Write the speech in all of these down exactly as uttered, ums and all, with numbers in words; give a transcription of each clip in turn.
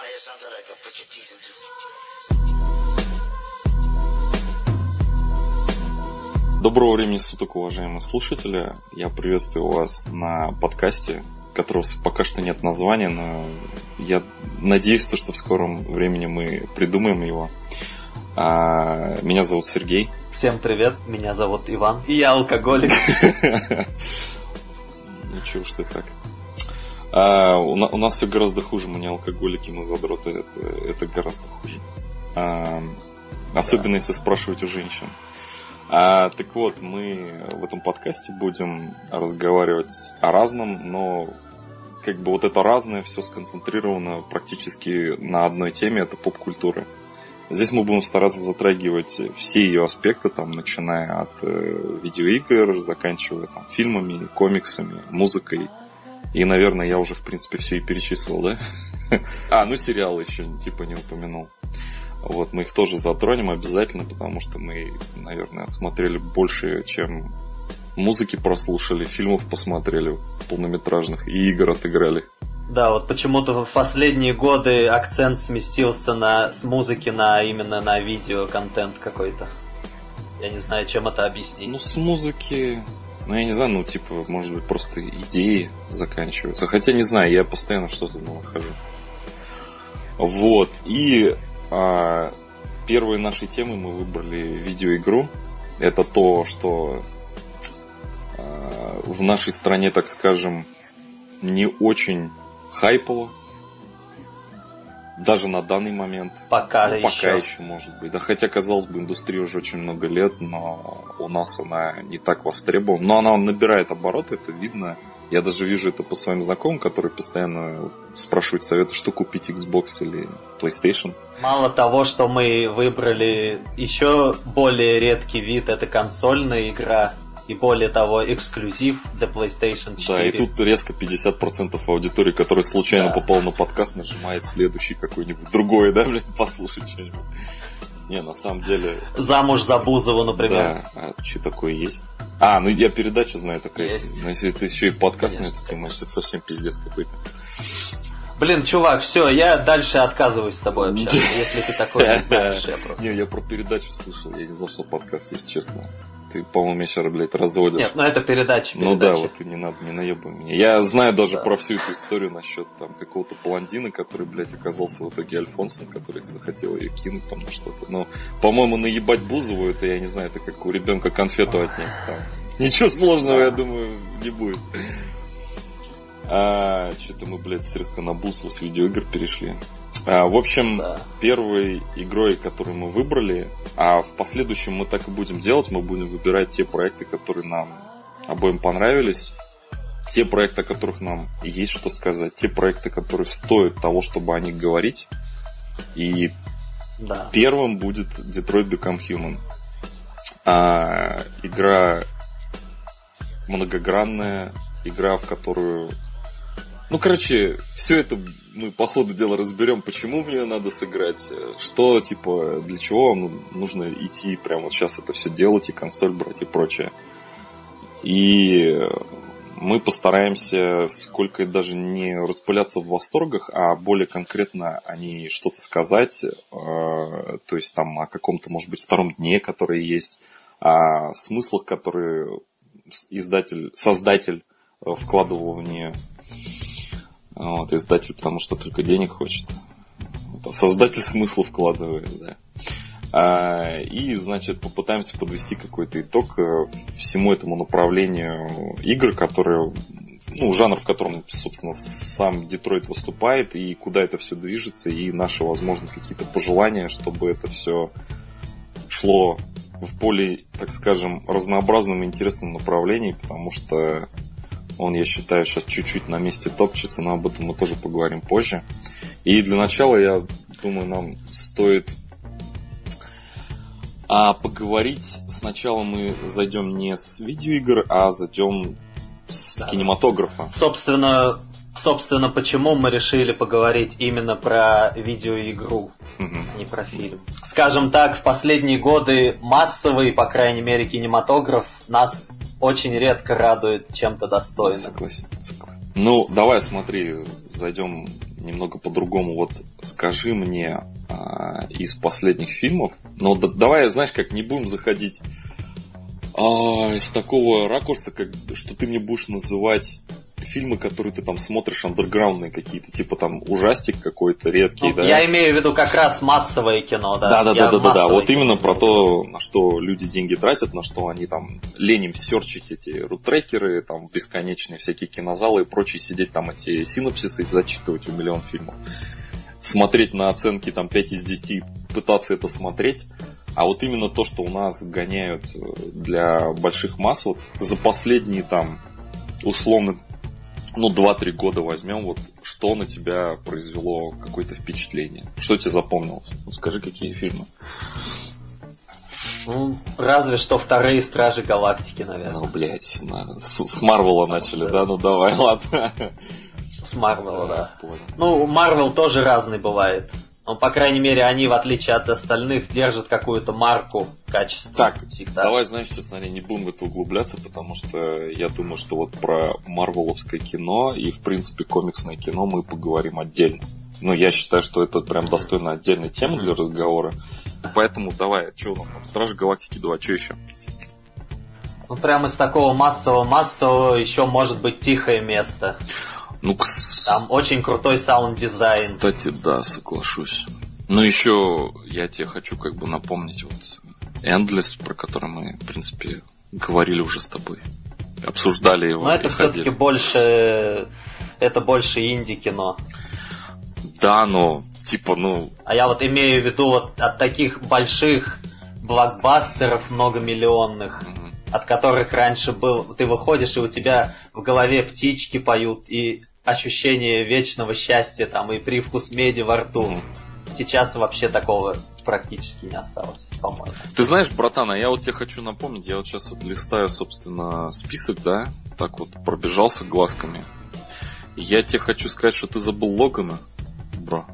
wanna hear something like a put your teeth into some. Доброго времени суток, уважаемые слушатели. Я приветствую вас на подкасте, которого пока что нет названия, но я надеюсь, что в скором времени мы придумаем его. Меня зовут Сергей. Всем привет, меня зовут Иван. И я алкоголик. Ничего уж ты так. А, у, у нас все гораздо хуже, мы не алкоголики, мы задроты, это, это гораздо хуже. А, особенно да. Если спрашивать у женщин. А, так вот, мы в этом подкасте будем разговаривать о разном, но как бы вот это разное все сконцентрировано практически на одной теме, это поп-культура. Здесь мы будем стараться затрагивать все ее аспекты, там, начиная от э, видеоигр, заканчивая там, фильмами, комиксами, музыкой. И, наверное, я уже, в принципе, все и перечислил, да? А, ну сериалы еще типа не упомянул. Вот, мы их тоже затронем обязательно, потому что мы, наверное, отсмотрели больше, чем музыки прослушали, фильмов посмотрели полнометражных и игр отыграли. Да, вот почему-то в последние годы акцент сместился на, с музыки на именно на видео-контент какой-то. Я не знаю, чем это объяснить. Ну, с музыки... Ну, я не знаю, ну, типа, может быть, просто идеи заканчиваются. Хотя, не знаю, я постоянно что-то нахожу. Вот, и а, первой нашей темой мы выбрали видеоигру. Это то, что а, в нашей стране, так скажем, не очень хайпово. Даже на данный момент. Пока ну, еще. Пока еще, может быть. Да, хотя, казалось бы, индустрия уже очень много лет, но у нас она не так востребована. Но она набирает обороты, это видно. Я даже вижу это по своим знакомым, которые постоянно спрашивают советы, что купить, Xbox или PlayStation. Мало того, что мы выбрали еще более редкий вид, это консольная игра. И более того, эксклюзив для PlayStation четыре. Да, и тут резко пятьдесят процентов аудитории, которая случайно да. попала на подкаст, нажимает следующий какой-нибудь другой, да, блин, послушать что-нибудь. Не, на самом деле... Замуж за Бузову, например. Да, а что такое есть? А, ну я передачу знаю такая. Есть. Но если ты еще и подкаст Конечно, на эту тему, это совсем пиздец какой-то. Блин, чувак, все, я дальше отказываюсь с тобой общаться, если ты такое не знаешь, я просто... Не, я про передачу слышал, я не знал, что подкаст есть, честно. Ты, по-моему, меня сейчас, блядь, разводишь. Нет, ну это передача, передача. Ну да, вот и не надо, не наебай меня. Я знаю даже да. про всю эту историю насчет там какого-то блондина, который, блядь, оказался в итоге альфонсом, который захотел ее кинуть там на что-то. Но, по-моему, наебать Бузову, это, я не знаю, это как у ребенка конфету отнять там. Ничего сложного, я думаю, не будет. А, что-то мы, блядь, резко на Бузову с видеоигр перешли. А, в общем, да. Первой игрой, которую мы выбрали, а в последующем мы так и будем делать, мы будем выбирать те проекты, которые нам обоим понравились, те проекты, о которых нам есть что сказать, те проекты, которые стоят того, чтобы о них говорить. И да. Первым будет Detroit Become Human. А, игра многогранная, игра, в которую... Ну, короче, все это мы по ходу дела разберем, почему в нее надо сыграть, что, типа, для чего вам нужно идти прямо вот сейчас это все делать, и консоль брать, и прочее. И мы постараемся сколько даже не распыляться в восторгах, а более конкретно о ней что-то сказать, то есть там о каком-то, может быть, втором дне, который есть, о смыслах, которые издатель, создатель вкладывал в нее. Вот, издатель, потому что только денег хочет. Вот, а создатель смысла вкладывает, да. А, и, значит, попытаемся подвести какой-то итог всему этому направлению игр, которые, ну, жанр, в котором, собственно, сам Детройт выступает, и куда это все движется, и наши, возможно, какие-то пожелания, чтобы это все шло в более, так скажем, разнообразном и интересном направлении, потому что он, я считаю, сейчас чуть-чуть на месте топчется, но об этом мы тоже поговорим позже. И для начала, я думаю, нам стоит а, поговорить. Сначала мы зайдем не с видеоигр, а зайдем с да. кинематографа. Собственно, собственно, почему мы решили поговорить именно про видеоигру, угу. а не про фильм. Скажем так, в последние годы массовый, по крайней мере, кинематограф нас... очень редко радует чем-то достойным. Согласен, согласен. Ну, давай, смотри, зайдем немного по-другому. Вот скажи мне а, из последних фильмов, но да, давай, знаешь, как не будем заходить а, из такого ракурса, как, что ты мне будешь называть фильмы, которые ты там смотришь, андерграундные какие-то, типа там ужастик какой-то редкий, ну, да? Я имею в виду как раз массовое кино, да. Да, да, да, да, да, да. Вот именно про то, кино. на что люди деньги тратят, на что они там леним серчить эти рут-трекеры, там бесконечные всякие кинозалы и прочее, сидеть там эти синопсисы и зачитывать в миллион фильмов. Смотреть на оценки там пять из десяти, пытаться это смотреть. А вот именно то, что у нас гоняют для больших масс, вот за последние там условно ну, два-три года возьмем, вот что на тебя произвело какое-то впечатление? Что тебе запомнилось? Ну, скажи, какие фильмы? Ну, разве что вторые Стражи Галактики, наверное. Ну, блядь, на... с, с Марвела начали, да? Ну, давай, ладно. С Марвела, да. да. Ну, Марвел тоже разный бывает. Но, по крайней мере, они, в отличие от остальных, держат какую-то марку качества. Так, всегда. Давай, знаешь, что, смотри, не будем в это углубляться, потому что я думаю, что вот про марвеловское кино и, в принципе, комиксное кино мы поговорим отдельно. Ну, я считаю, что это прям достойно отдельной темы для разговора. Поэтому давай, что у нас там? Стражи Галактики два, что еще? Ну, прям из такого массового-массового еще может быть «Тихое место». Ну, там очень крутой саунд-дизайн. Кстати, да, соглашусь. Ну, еще я тебе хочу как бы напомнить вот Endless, про который мы, в принципе, говорили уже с тобой. Обсуждали его. Но это все-таки больше... Это больше инди-кино. Да, но типа, ну... А я вот имею в виду вот от таких больших блокбастеров многомиллионных, mm-hmm. от которых раньше был... Ты выходишь, и у тебя в голове птички поют, и ощущение вечного счастья, там, и привкус меди во рту. Mm-hmm. Сейчас вообще такого практически не осталось, по-моему. Ты знаешь, братан, а я вот тебе хочу напомнить, я вот сейчас вот листаю, собственно, список, да, так вот пробежался глазками. И я тебе хочу сказать, что ты забыл Логана, бро.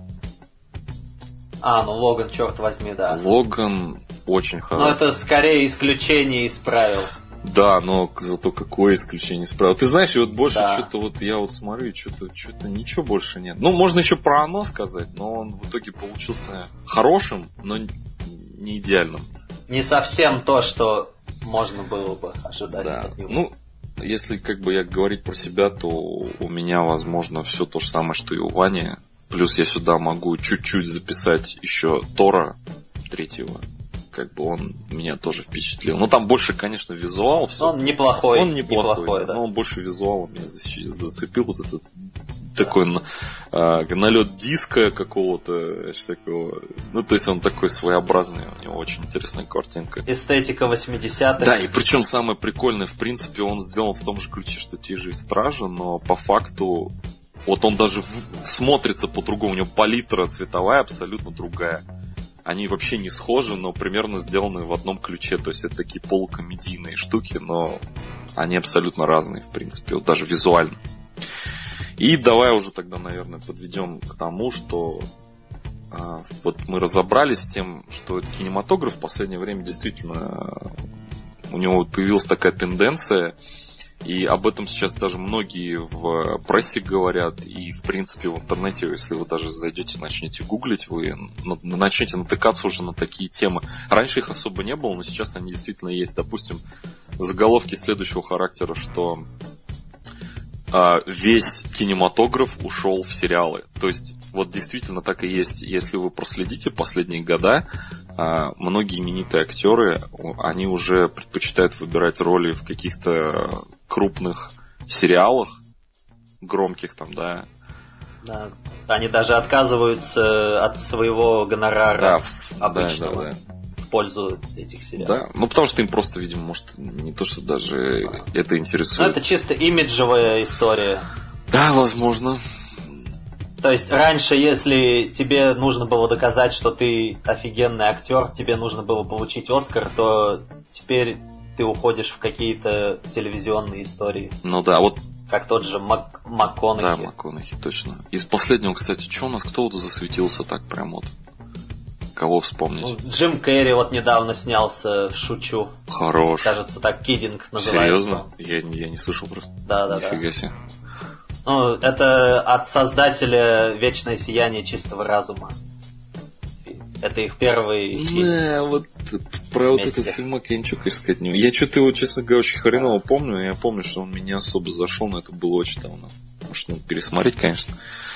А, ну Логан, черт возьми, да. Логан очень хороший. Но это скорее исключение из правил. Да, но зато какое исключение из правил. Ты знаешь, вот больше да. что-то вот я вот смотрю, что-то, что-то ничего больше нет. Ну, можно еще про «Оно» сказать, но он в итоге получился хорошим, но не идеальным. Не совсем то, что можно было бы ожидать да. от него. Ну, если как бы я говорить про себя, то у меня, возможно, все то же самое, что и у Вани. Плюс я сюда могу чуть-чуть записать еще Тора третьего. Как бы он меня тоже впечатлил. Ну, там больше, конечно, визуал. Все. Он неплохой. Он неплохой, неплохой да. но он больше визуалом меня зацепил. Вот этот такой а, налет диска какого-то, такого. Ну, то есть он такой своеобразный, у него очень интересная картинка. Эстетика восьмидесятых. Да, и причем самое прикольное, в принципе, он сделан в том же ключе, что те же и Стражи, но по факту вот он даже в... смотрится по-другому, у него палитра цветовая абсолютно другая. Они вообще не схожи, но примерно сделаны в одном ключе. То есть это такие полукомедийные штуки, но они абсолютно разные, в принципе, вот даже визуально. И давай уже тогда, наверное, подведем к тому, что а, вот мы разобрались с тем, что кинематограф в последнее время действительно у него появилась такая тенденция. И об этом сейчас даже многие в прессе говорят, и в принципе в интернете, если вы даже зайдете, начнете гуглить, вы начнете натыкаться уже на такие темы. Раньше их особо не было, но сейчас они действительно есть. Допустим, заголовки следующего характера, что а, весь кинематограф ушел в сериалы. То есть вот действительно так и есть. Если вы проследите последние года, а, многие именитые актеры, они уже предпочитают выбирать роли в каких-то крупных сериалах, громких там, да. Да, они даже отказываются от своего гонорара да, обычного да, да, да. в пользу этих сериалов. Да, ну потому что им просто, видимо, может, не то, что даже а. это интересует. Ну это чисто имиджевая история. Да, возможно. То есть раньше, если тебе нужно было доказать, что ты офигенный актер, тебе нужно было получить Оскар, то теперь ты уходишь в какие-то телевизионные истории. Ну да, вот. Как тот же Мак- МакКонахи. Да, МакКонахи, точно. Из последнего, кстати, что у нас, кто вот засветился так прям вот? Кого вспомнить? Ну, Джим Керри вот недавно снялся в «Шучу». Хорош. Кажется, так «Киддинг» называется. Серьезно? Я, я не слышал просто. Да, да, Нифига да. себе. Ну, это от создателя «Вечное сияние чистого разума». Это их первый фильм. Не, вот про вместе. Вот этот фильмок я ничего, конечно, сказать не могу. Я что-то его, честно говоря, очень хреново помню. Я помню, что он мне не особо зашел, но это было очень давно. Может, надо пересмотреть, конечно.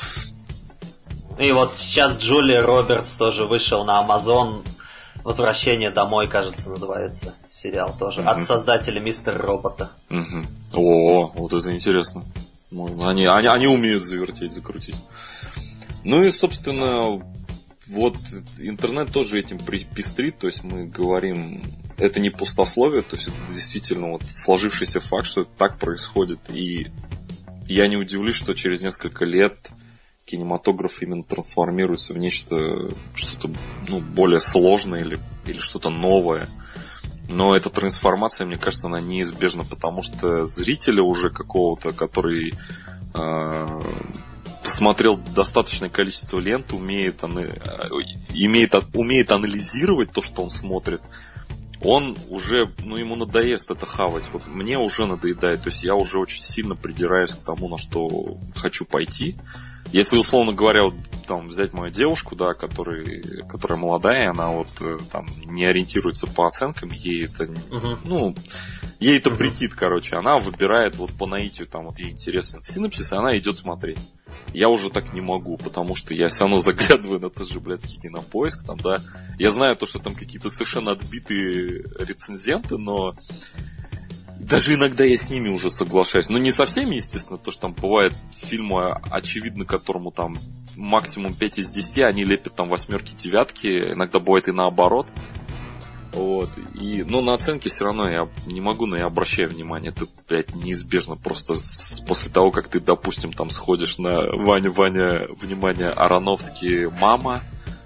И вот сейчас Джулия Робертс тоже вышел на Amazon. «Возвращение домой», кажется, называется сериал тоже. Uh-huh. От создателя «Мистера Робота». Uh-huh. О, вот это интересно. Они, они, они умеют завертеть, закрутить. Ну и, собственно, вот интернет тоже этим пестрит. То есть мы говорим, это не пустословие, то есть это действительно вот сложившийся факт, что это так происходит. И я не удивлюсь, что через несколько лет кинематограф именно трансформируется в нечто, что-то ну, более сложное или, или что-то новое. Но эта трансформация, мне кажется, она неизбежна, потому что зрителя уже какого-то, который э, посмотрел достаточное количество лент, умеет, имеет, умеет анализировать то, что он смотрит, он уже, ну, ему надоест это хавать. Вот мне уже надоедает, то есть я уже очень сильно придираюсь к тому, на что хочу пойти. Если, условно говоря, вот, там, взять мою девушку, да, который, которая молодая, она вот там не ориентируется по оценкам, ей это, uh-huh. ну, ей это uh-huh. претит, короче, она выбирает вот по наитию, там вот ей интересен синопсис, и она идет смотреть. Я уже так не могу, потому что я все равно заглядываю на тот же блядский Кинопоиск, там, да. Я знаю то, что там какие-то совершенно отбитые рецензенты, но даже иногда я с ними уже соглашаюсь. Но не со всеми, естественно, то, что там бывает фильмы, очевидно, которому там максимум пять из десяти, они лепят там восьмерки, девятки, иногда бывает и наоборот. Вот. И, но на оценки все равно я не могу, но я обращаю внимание. Это, блядь, неизбежно. Просто с, после того, как ты, допустим, там сходишь на Ваня, Ваня, внимание, Аронофский «Мама»,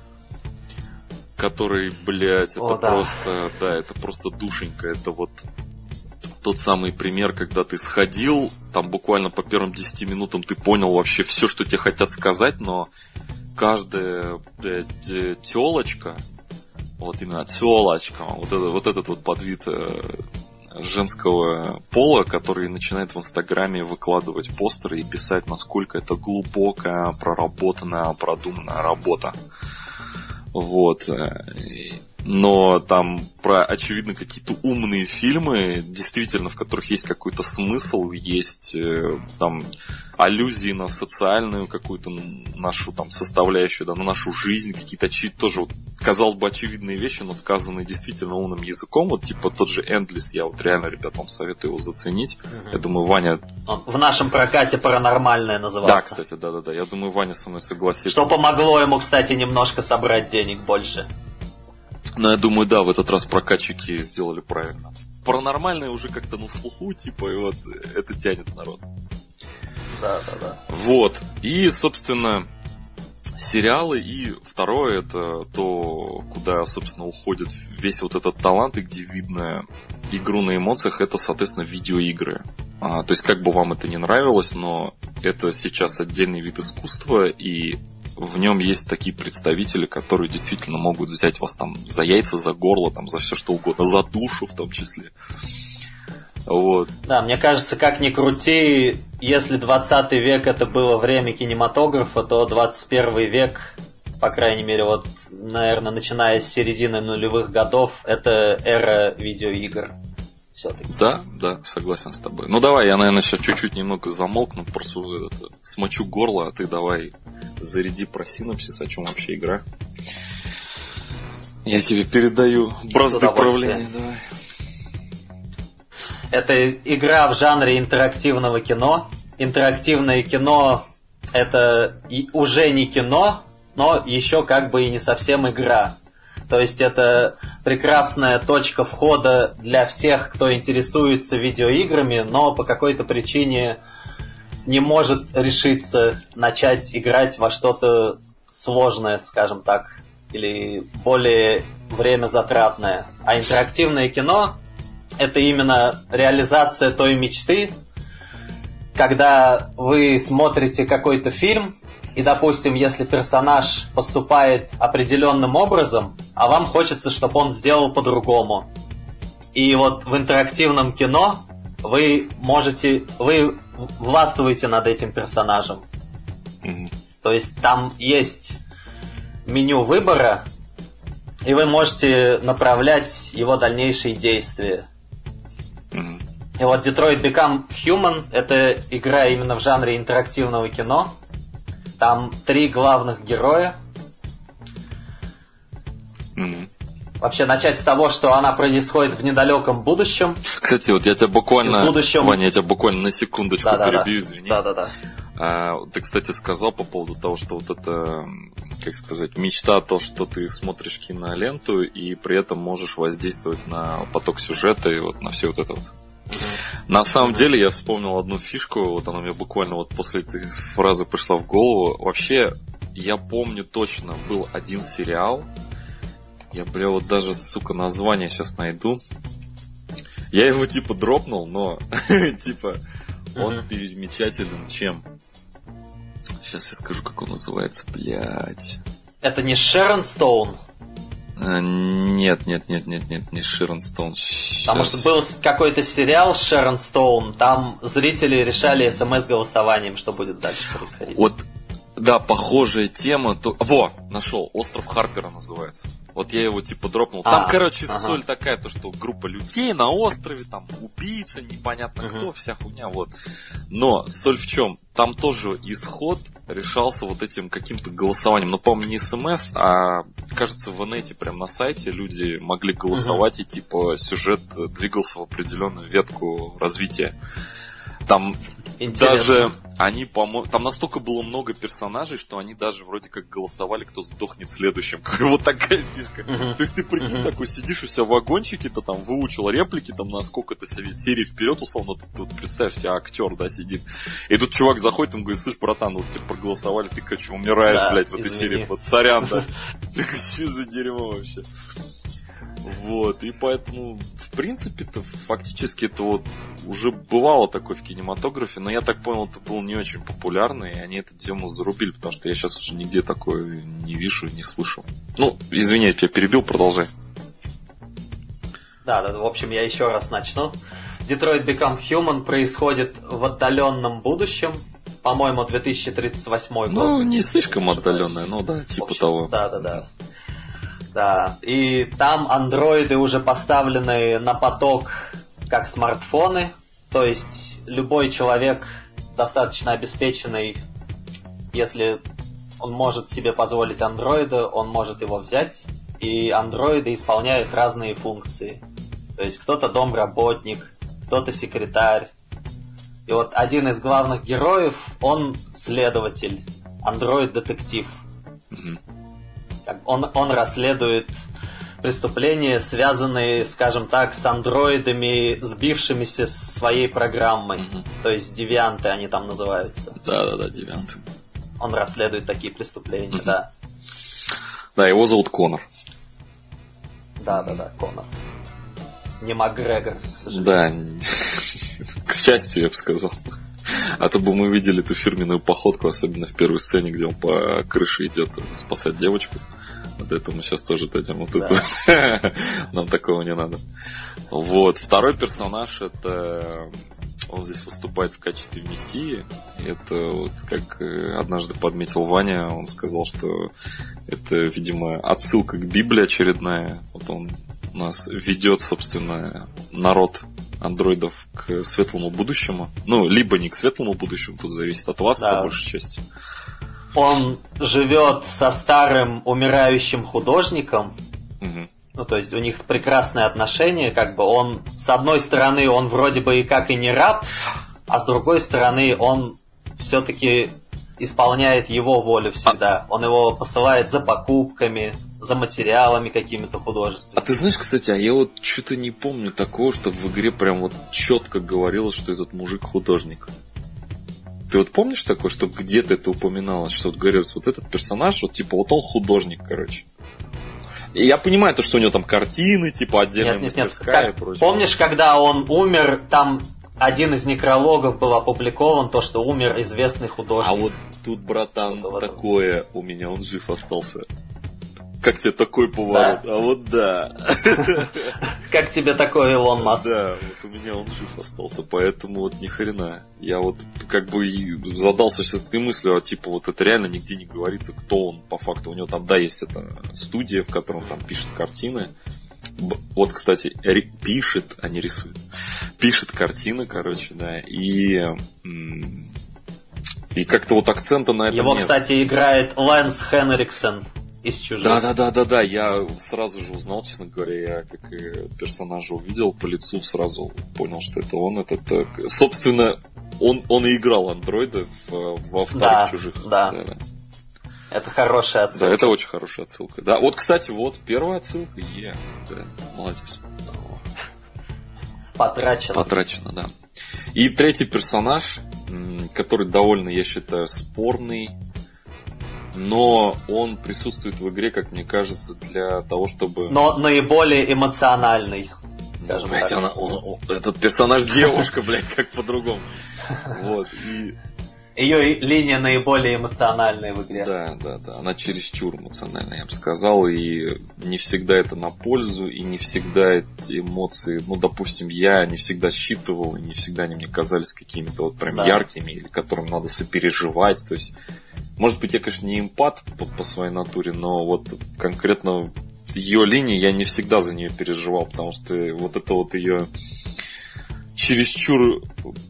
который, блядь, это О, да. просто, да, это просто душенька. Это вот тот самый пример, когда ты сходил, там буквально по первым десяти минутам ты понял вообще все, что тебе хотят сказать, но каждая, блядь, тёлочка, вот именно тёлочка, вот, это, вот этот вот подвид женского пола, который начинает в Инстаграме выкладывать постеры и писать, насколько это глубокая, проработанная, продуманная работа. Вот. Но там про, очевидно, какие-то умные фильмы, действительно, в которых есть какой-то смысл, есть э, там аллюзии на социальную какую-то нашу там составляющую, да, на нашу жизнь, какие-то очевидные, тоже, вот, казалось бы, очевидные вещи, но сказанные действительно умным языком, вот типа тот же Endless, я вот реально, ребят, вам советую его заценить. Угу. Я думаю, Ваня... Он в нашем прокате «Паранормальное» назывался. Да, кстати, да-да-да, я думаю, Ваня со мной согласится. Что помогло ему, кстати, немножко собрать денег больше. Ну, я думаю, да, в этот раз прокатчики сделали правильно. Паранормальное уже как-то на слуху, типа, и вот это тянет народ. Да, да, да. Вот. И, собственно, сериалы. И второе, это то, куда, собственно, уходит весь вот этот талант, и где видно игру на эмоциях, это, соответственно, видеоигры. А, то есть, как бы вам это ни нравилось, но это сейчас отдельный вид искусства, и в нем есть такие представители, которые действительно могут взять вас там за яйца, за горло, там, за все что угодно, за душу в том числе. Вот. Да, мне кажется, как ни крути, если двадцатый век это было время кинематографа, то двадцать первый век, по крайней мере, вот, наверное, начиная с середины нулевых годов, это эра видеоигр. Все-таки. Да, да, согласен с тобой. Ну давай, я, наверное, сейчас чуть-чуть немного замолкну, просто это, смочу горло, а ты давай заряди про синопсис, о чем вообще игра. Я тебе передаю бразды правления, давай. Это игра в жанре интерактивного кино. Интерактивное кино это и уже не кино, но еще как бы и не совсем игра. То есть это прекрасная точка входа для всех, кто интересуется видеоиграми, но по какой-то причине не может решиться начать играть во что-то сложное, скажем так, или более времязатратное. А интерактивное кино – это именно реализация той мечты, когда вы смотрите какой-то фильм, и, допустим, если персонаж поступает определенным образом, а вам хочется, чтобы он сделал по-другому. И вот в интерактивном кино вы можете, вы властвуете над этим персонажем. Mm-hmm. То есть там есть меню выбора, и вы можете направлять его дальнейшие действия. Mm-hmm. И вот Detroit Become Human — это игра именно в жанре интерактивного кино. Там три главных героя. Mm-hmm. Вообще начать с того, что она происходит в недалеком будущем. Кстати, вот я тебя буквально... В будущем... Ваня, я тебя буквально на секундочку да, перебью, да, извини. Да-да-да. А, ты, кстати, сказал по поводу того, что вот это, как сказать, мечта, то, что ты смотришь киноленту и при этом можешь воздействовать на поток сюжета и вот на все вот это вот. Mm-hmm. На самом mm-hmm. деле я вспомнил одну фишку, вот она мне буквально вот после этой фразы пришла в голову. Вообще, я помню точно, был один сериал, я, бля, вот даже, сука, название сейчас найду. Я его типа дропнул, но типа он mm-hmm. примечателен чем? Сейчас я скажу, как он называется, блядь. Это не Шерон Стоун? А, нет, нет, нет, нет, нет, не Шерон Стоун. Сейчас. Потому что был какой-то сериал Шерон Стоун, там зрители решали смс-голосованием, что будет дальше происходить. Вот, да, похожая тема. То... Во, нашел, «Остров Харпера» называется. Вот я его типа дропнул. Там, а, короче, ага. соль такая, то что группа людей на острове, там убийца, непонятно uh-huh. кто, вся хуйня, вот. Но соль в чем? Там тоже исход решался вот этим каким-то голосованием. Ну, по-моему, не смс, а, кажется, в инете прям на сайте люди могли голосовать, uh-huh. и типа сюжет двигался в определенную ветку развития. Там интересно. Даже они, по-моему, там настолько было много персонажей, что они даже вроде как голосовали, кто сдохнет следующим. Вот такая фишка. Uh-huh. То есть ты прикинь, uh-huh. такой сидишь у себя в вагончике, ты там выучил реплики там на сколько-то серий вперед, условно, тут, тут представь, тебя актер, да, сидит. И тут чувак заходит, он говорит: слышь, братан, вот тебе проголосовали, ты, короче, умираешь, да, блядь, в этой извини. серии. Вот сорян, да. Что за дерьмо вообще? Вот, и поэтому, в принципе-то, фактически это вот уже бывало такое в кинематографе, но я так понял, это было не очень популярно, и они эту тему зарубили, потому что я сейчас уже нигде такое не вижу, не слышу. Ну, извини, я тебя перебил, продолжай. Да, да, в общем, я еще раз начну. Detroit Become Human происходит в отдаленном будущем, по-моему, две тысячи тридцать восьмой год. Ну, не слишком отдаленное, но да, типа общем, того. Да, да, да. Да, и там андроиды уже поставлены на поток как смартфоны, то есть любой человек достаточно обеспеченный, если он может себе позволить андроида, он может его взять, и андроиды исполняют разные функции. То есть кто-то домработник, кто-то секретарь. И вот один из главных героев, он следователь, андроид-детектив. Mm-hmm. Он, он расследует преступления, связанные, скажем так, с андроидами, сбившимися с своей программой. Mm-hmm. То есть девианты они там называются. Да-да-да, девианты. Он расследует такие преступления, mm-hmm. да. Да, его зовут Коннор. Да-да-да, Коннор. Не Макгрегор, к сожалению. Да, к счастью, я бы сказал. А то бы мы видели эту фирменную походку, особенно в первой сцене, где он по крыше идет спасать девочку. Вот это мы сейчас тоже дойдем. Вот да. это. Нам такого не надо. Вот. Второй персонаж, это... Он здесь выступает в качестве мессии. Это вот как однажды подметил Ваня, он сказал, что это, видимо, отсылка к Библии очередная. Вот он у нас ведет, собственно, народ андроидов к светлому будущему. Ну, либо не к светлому будущему, тут зависит от вас, да. по большей части. Он живет со старым умирающим художником. Угу. Ну, то есть у них прекрасные отношения, как бы он, с одной стороны, он вроде бы и как и не раб, а с другой стороны, он все-таки исполняет его волю всегда. Он его посылает за покупками, за материалами какими-то художественными. А ты знаешь, кстати, а я вот что-то не помню такого, что в игре прям вот четко говорилось, что этот мужик художник. Ты вот помнишь такое, что где-то это упоминалось, что вот говорилось, вот этот персонаж, вот типа вот он художник, короче. И я понимаю то, что у него там картины, типа отдельная нет, нет, мастерская нет. и прочее. Помнишь, когда он умер, там один из некрологов был опубликован, то, что умер известный художник. А вот тут, братан, вот такое у меня, он жив остался. Как тебе такой поворот? Да? А вот да. Как тебе такой Илон Маск? Да, вот у меня он жив остался, поэтому вот ни хрена. Я вот как бы задался сейчас этой мыслью, а типа вот это реально нигде не говорится, кто он по факту. У него там, да, есть эта студия, в которой он там пишет картины. Вот, кстати, пишет, а не рисует. Пишет картины, короче, да, и... И как-то вот акцента на этом Его, нет. кстати, играет Лэнс Хенриксон из «Чужих». Да-да-да-да-да, я сразу же узнал, честно говоря, я как и персонажа увидел по лицу, сразу понял, что это он. Это, это... Собственно, он, он и играл андроида в, во вторых да, «Чужих». Да, да. Это хорошая отсылка. Да, это очень хорошая отсылка. Да, вот, кстати, вот первая отсылка, е, да, молодец. Потрачено. Потрачено, да. И третий персонаж, который довольно, я считаю, спорный, но он присутствует в игре, как мне кажется, для того, чтобы... Но наиболее эмоциональный, скажем ну, так. Она, он, он, этот персонаж девушка, блядь, как по-другому. Вот, и... Ее линия наиболее эмоциональная в игре. Да, да, да. Она чересчур эмоциональная, я бы сказал. И не всегда это на пользу, и не всегда эти эмоции, ну, допустим, я не всегда считывал, и не всегда они мне казались какими-то вот прям да. яркими, или которым надо сопереживать. То есть, может быть, я, конечно, не эмпат по, по своей натуре, но вот конкретно ее линии я не всегда за нее переживал, потому что вот это вот ее чересчур...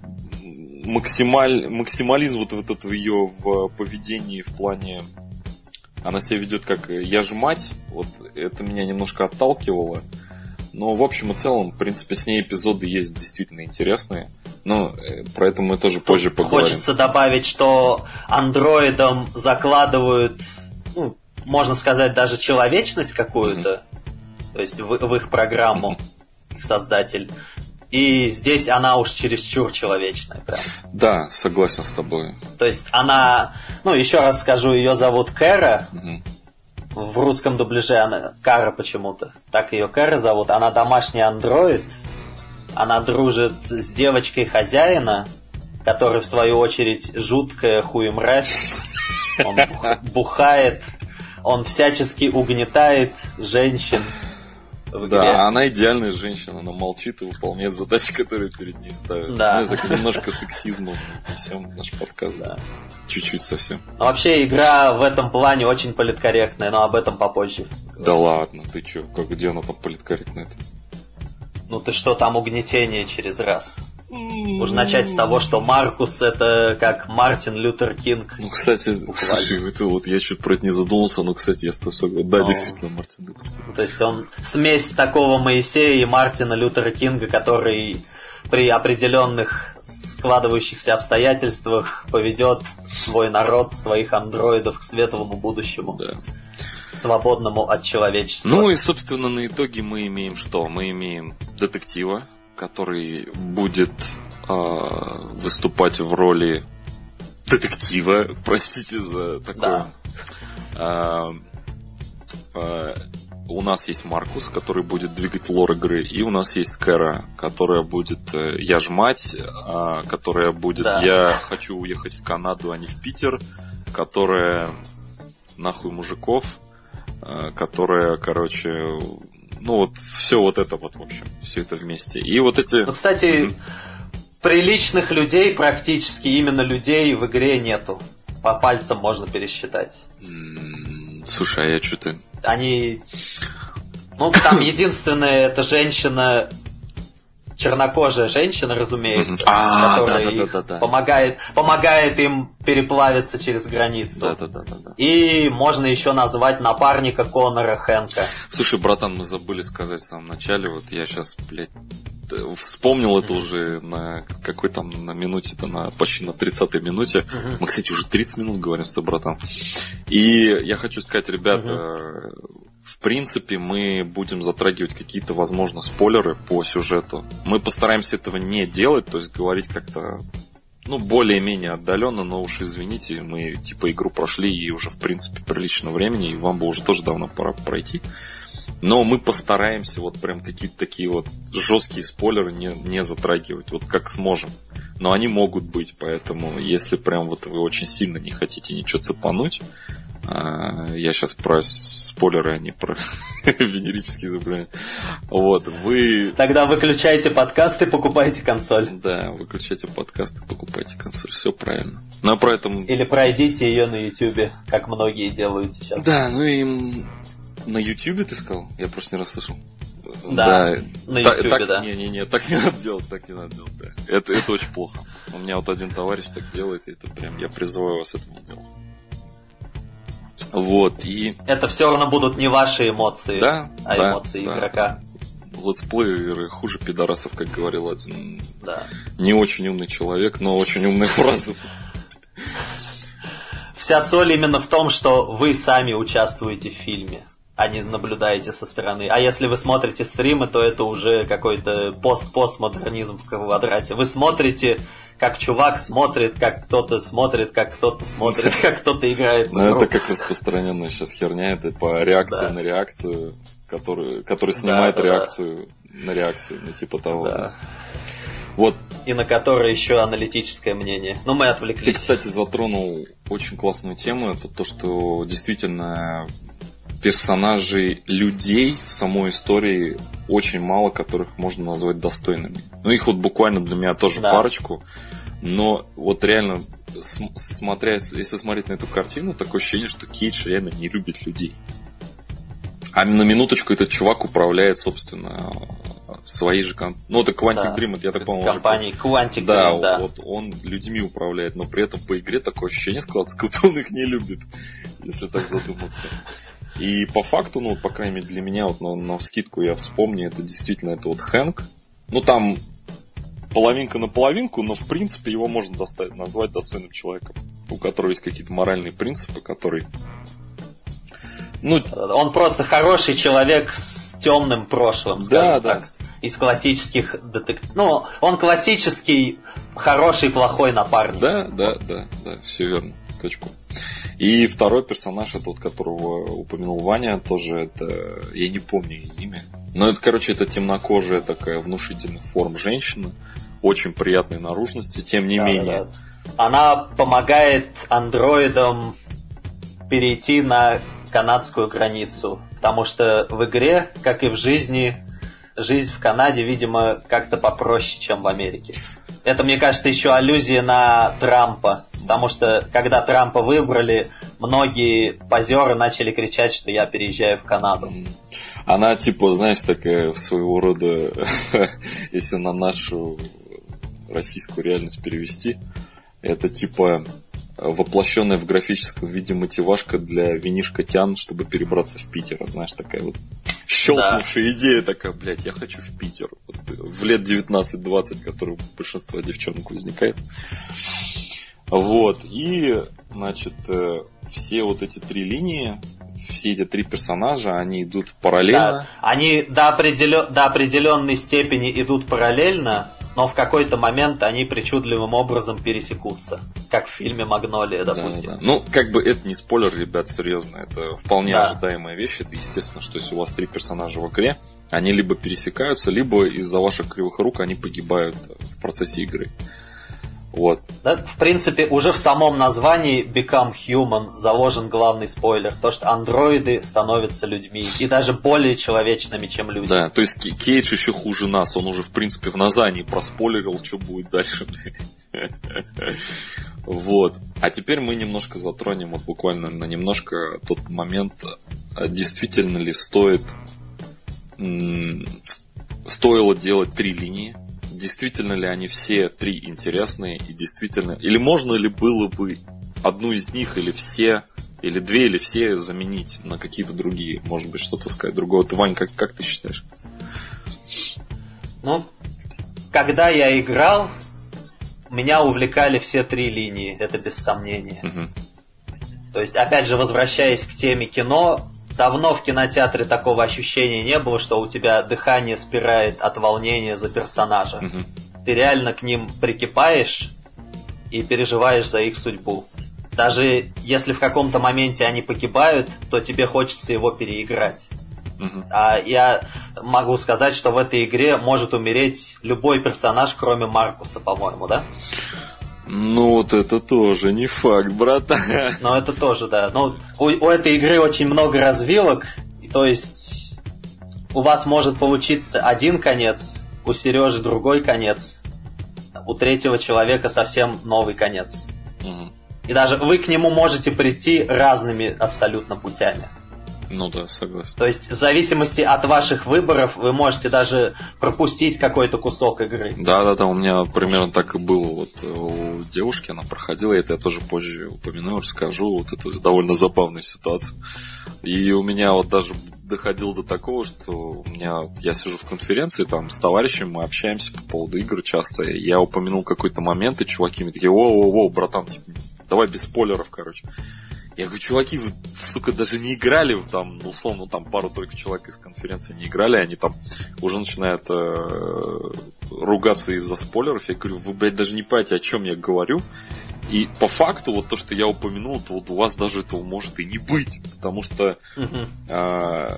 Максималь, максимализм вот этот ее в поведении в плане она себя ведет как я ж мать, вот это меня немножко отталкивало, но в общем и целом, в принципе, с ней эпизоды есть действительно интересные, но про это мы тоже позже Тут поговорим. Хочется добавить, что андроидам закладывают, ну, можно сказать, даже человечность какую-то, mm-hmm. то есть в, в их программу, mm-hmm. их создатель. И здесь она уж чересчур человечная, прям. Да, согласен с тобой. То есть она, ну еще раз скажу, ее зовут Кэра. Угу. В русском дубляже она Кара почему-то. Так ее Кэра зовут. Она домашний андроид. Она дружит с девочкой хозяина, который в свою очередь жуткая хуемразь. Он бухает, он всячески угнетает женщин. Да, она идеальная женщина, она молчит и выполняет задачи, которые перед ней ставят. Да. Мы так немножко сексизмом несем наш подкаст. Да. Чуть-чуть совсем. Но вообще игра в этом плане очень политкорректная, но об этом попозже. Да ладно, ты чё, как, где она там политкорректная-то? Ну ты что, там угнетение через раз. Можно начать с того, что Маркус это как Мартин Лютер Кинг. Ну, кстати, слушай, это вот я чуть про это не задумался, но, кстати, я с тобой согласен. Да, но... действительно, Мартин Лютер Кинг. То есть он смесь такого Моисея и Мартина Лютера Кинга, который при определенных складывающихся обстоятельствах поведет свой народ, своих андроидов к светлому будущему. Да. Свободному от человечества. Ну и, собственно, на итоге мы имеем что? Мы имеем детектива, который будет э, выступать в роли детектива, простите за такое. Да. Э, э, у нас есть Маркус, который будет двигать лор игры, и у нас есть Кэра, которая будет э, я ж мать, э, которая будет да. я хочу уехать в Канаду, а не в Питер, которая нахуй мужиков, э, которая, короче... Ну вот, все вот это вот, в общем, все это вместе. И вот эти... Ну, кстати, mm-hmm. приличных людей, практически именно людей в игре нету. По пальцам можно пересчитать. Mm-hmm. Слушай, а я что-то... Они... Ну, там единственная эта женщина... Чернокожая женщина, разумеется, а, которая да, да, их да, да, да. Помогает, помогает им переплавиться через границу. Да, да, да, да, да. И можно еще назвать напарника Конора Хэнка. Слушай, братан, мы забыли сказать в самом начале, вот я сейчас, блядь, вспомнил это уже на какой там, на минуте-то, на почти на тридцатой минуте. Uh-huh. Мы, кстати, уже тридцать минут говорим с тобой, братан. И я хочу сказать, ребята, uh-huh. в принципе, мы будем затрагивать какие-то, возможно, спойлеры по сюжету. Мы постараемся этого не делать, то есть говорить как-то, ну, более-менее отдаленно, но уж извините, мы типа игру прошли и уже, в принципе, прилично времени, и вам бы уже тоже давно пора пройти. Но мы постараемся вот прям какие-то такие вот жесткие спойлеры не, не затрагивать, вот как сможем. Но они могут быть, поэтому если прям вот вы очень сильно не хотите ничего цепануть, я сейчас про спойлеры, а не про, Венерические заболевания. Вот, вы... Тогда выключайте подкаст и покупайте консоль. Да, выключайте подкаст и покупайте консоль. Все правильно. Но про это... Или пройдите ее на Ютубе, как многие делают сейчас. Да, ну и на Ютубе ты сказал? Я просто не расслышал. Да, да, на Ютубе, так, да. Не-не-не, так не надо делать, так не надо делать, да. Это, это очень плохо. У меня вот один товарищ так делает, и это прям, я призываю вас этого делать. Вот, и... Это все равно будут не ваши эмоции, да, а да, эмоции да, игрока. Да. Летсплееры хуже пидорасов, как говорил один да. не очень умный человек, но очень умная фраза. Вся соль именно в том, что вы сами участвуете в фильме, а не наблюдаете со стороны. А если вы смотрите стримы, то это уже какой-то пост-постмодернизм в квадрате. Вы смотрите, как чувак смотрит, как кто-то смотрит, как кто-то смотрит, как кто-то играет. Ну, это как распространенная сейчас херня, это по реакции да. на реакцию, который, который снимает да, да, реакцию да. на реакцию, ну типа того. Да. Вот. И на которой еще аналитическое мнение. Но мы отвлеклись. Ты, кстати, затронул очень классную тему, это то, что действительно персонажей людей в самой истории очень мало, которых можно назвать достойными. Ну, их вот буквально для меня тоже да. парочку, но вот реально, смотря, если смотреть на эту картину, такое ощущение, что Кейдж реально не любит людей. А на минуточку этот чувак управляет, собственно, своей же... Кон... Ну, это Quantic да. Dream, это, я так понимаю, компанией уже... Quantic да, Dream, да. Вот он людьми управляет, но при этом по игре такое ощущение складывается, как будто он их не любит, если так задуматься. И по факту, ну, по крайней мере, для меня, вот на, на вскидку я вспомню, это действительно это вот Хэнк. Ну, там половинка на половинку, но, в принципе, его можно достать, назвать достойным человеком, у которого есть какие-то моральные принципы, который... Ну, он просто хороший человек с темным прошлым, скажем да, так. Да. Из классических детективов. Ну, он классический хороший, плохой напарник. Да, да, да, да, все верно, точку. И второй персонаж, это вот которого упомянул Ваня, тоже это, я не помню ее имя, но это, короче, это темнокожая такая внушительных форм женщина, очень приятной наружности, тем не да, менее. Да, да. Она помогает андроидам перейти на канадскую границу, потому что в игре, как и в жизни, жизнь в Канаде, видимо, как-то попроще, чем в Америке. Это, мне кажется, еще аллюзия на Трампа, потому что, когда Трампа выбрали, многие позеры начали кричать, что я переезжаю в Канаду. Она, типа, знаешь, такая своего рода, если на нашу российскую реальность перевести, это, типа, воплощенная в графическом виде мотивашка для винишка Тян, чтобы перебраться в Питер. Знаешь, такая вот щелкнувшая да. идея такая, блядь, я хочу в Питер. Вот, в лет девятнадцать-двадцать, который у большинства девчонок возникает. Вот. И, значит, все вот эти три линии, все эти три персонажа, они идут параллельно. Да. Они до, определен... до определенной степени идут параллельно, но в какой-то момент они причудливым образом пересекутся. Как в фильме «Магнолия», допустим. Да, да. Ну, как бы это не спойлер, ребят, серьезно. Это вполне да. ожидаемая вещь. Это естественно, что если у вас три персонажа в игре, они либо пересекаются, либо из-за ваших кривых рук они погибают в процессе игры. Вот. Да, в принципе, уже в самом названии Become Human заложен главный спойлер. То, что андроиды становятся людьми. И даже более человечными, чем люди. Да, то есть Кейдж еще хуже нас. Он уже, в принципе, в названии проспойлерил, что будет дальше. Вот. А теперь мы немножко затронем, вот буквально на немножко тот момент, действительно ли стоит стоило делать три линии. Действительно ли они все три интересные и действительно... Или можно ли было бы одну из них или все, или две, или все заменить на какие-то другие? Может быть, что-то сказать другого. Ты, Вань, как, как ты считаешь? Ну, когда я играл, меня увлекали все три линии, это без сомнения. Угу. То есть, опять же, возвращаясь к теме кино... Давно в кинотеатре такого ощущения не было, что у тебя дыхание спирает от волнения за персонажа. Mm-hmm. Ты реально к ним прикипаешь и переживаешь за их судьбу. Даже если в каком-то моменте они погибают, то тебе хочется его переиграть. Mm-hmm. А я могу сказать, что в этой игре может умереть любой персонаж, кроме Маркуса, по-моему, да? Ну, вот это тоже не факт, братан. Ну, это тоже, да. Ну, у, у этой игры очень много развилок, и, то есть у вас может получиться один конец, у Сережи другой конец, у третьего человека совсем новый конец. Угу. И даже вы к нему можете прийти разными абсолютно путями. Ну да, согласен. То есть в зависимости от ваших выборов вы можете даже пропустить какой-то кусок игры. Да-да-да, у меня примерно так и было. Вот у девушки, она проходила, это я тоже позже упомяну, расскажу, вот эту довольно забавную ситуацию. И у меня вот даже доходило до такого, что у меня, я сижу в конференции там с товарищами, мы общаемся по поводу игр часто, и я упомянул какой-то момент, и чуваки мне такие: воу-воу-воу, братан, типа, давай без спойлеров, короче. Я говорю: чуваки, вы, сука, даже не играли, там, ну, условно, там пару-тройку человек из конференции не играли, они там уже начинают э, ругаться из-за спойлеров. Я говорю: вы, блядь, даже не понимаете, о чем я говорю. И по факту, вот то, что я упомянул, то вот у вас даже этого может и не быть, потому что, э,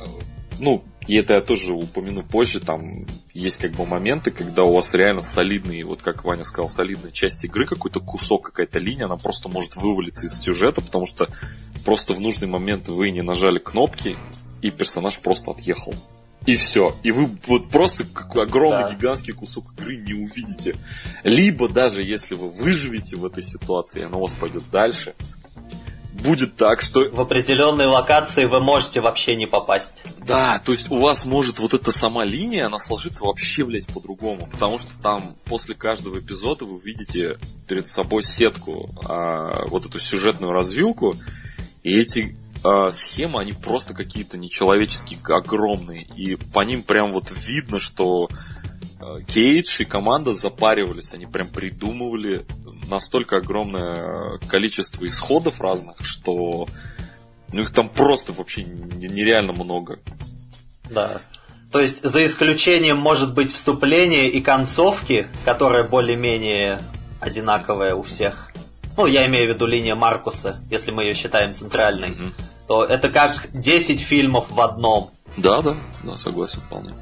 ну, и это я тоже упомяну позже, там есть как бы моменты, когда у вас реально солидный, вот как Ваня сказал, солидная часть игры, какой-то кусок, какая-то линия, она просто может вывалиться из сюжета, потому что просто в нужный момент вы не нажали кнопки, и персонаж просто отъехал. И все. И вы вот просто какой огромный, да, гигантский кусок игры не увидите. Либо даже если вы выживете в этой ситуации, и она у вас пойдет дальше, будет так, что... В определенной локации вы можете вообще не попасть. Да, то есть у вас может вот эта сама линия, она сложится вообще, блядь, по-другому. Потому что там после каждого эпизода вы видите перед собой сетку, а, вот эту сюжетную развилку. И эти а, схемы, они просто какие-то нечеловеческие, огромные. И по ним прям вот видно, что Кейдж и команда запаривались. Они прям придумывали настолько огромное количество исходов разных, что ну их там просто вообще нереально много. Да. То есть за исключением, может быть, вступления и концовки, которая более-менее одинаковая у всех. Ну, я имею в виду линия Маркуса, если мы ее считаем центральной. Угу. То это как десять фильмов в одном. Да, да, да, согласен вполне.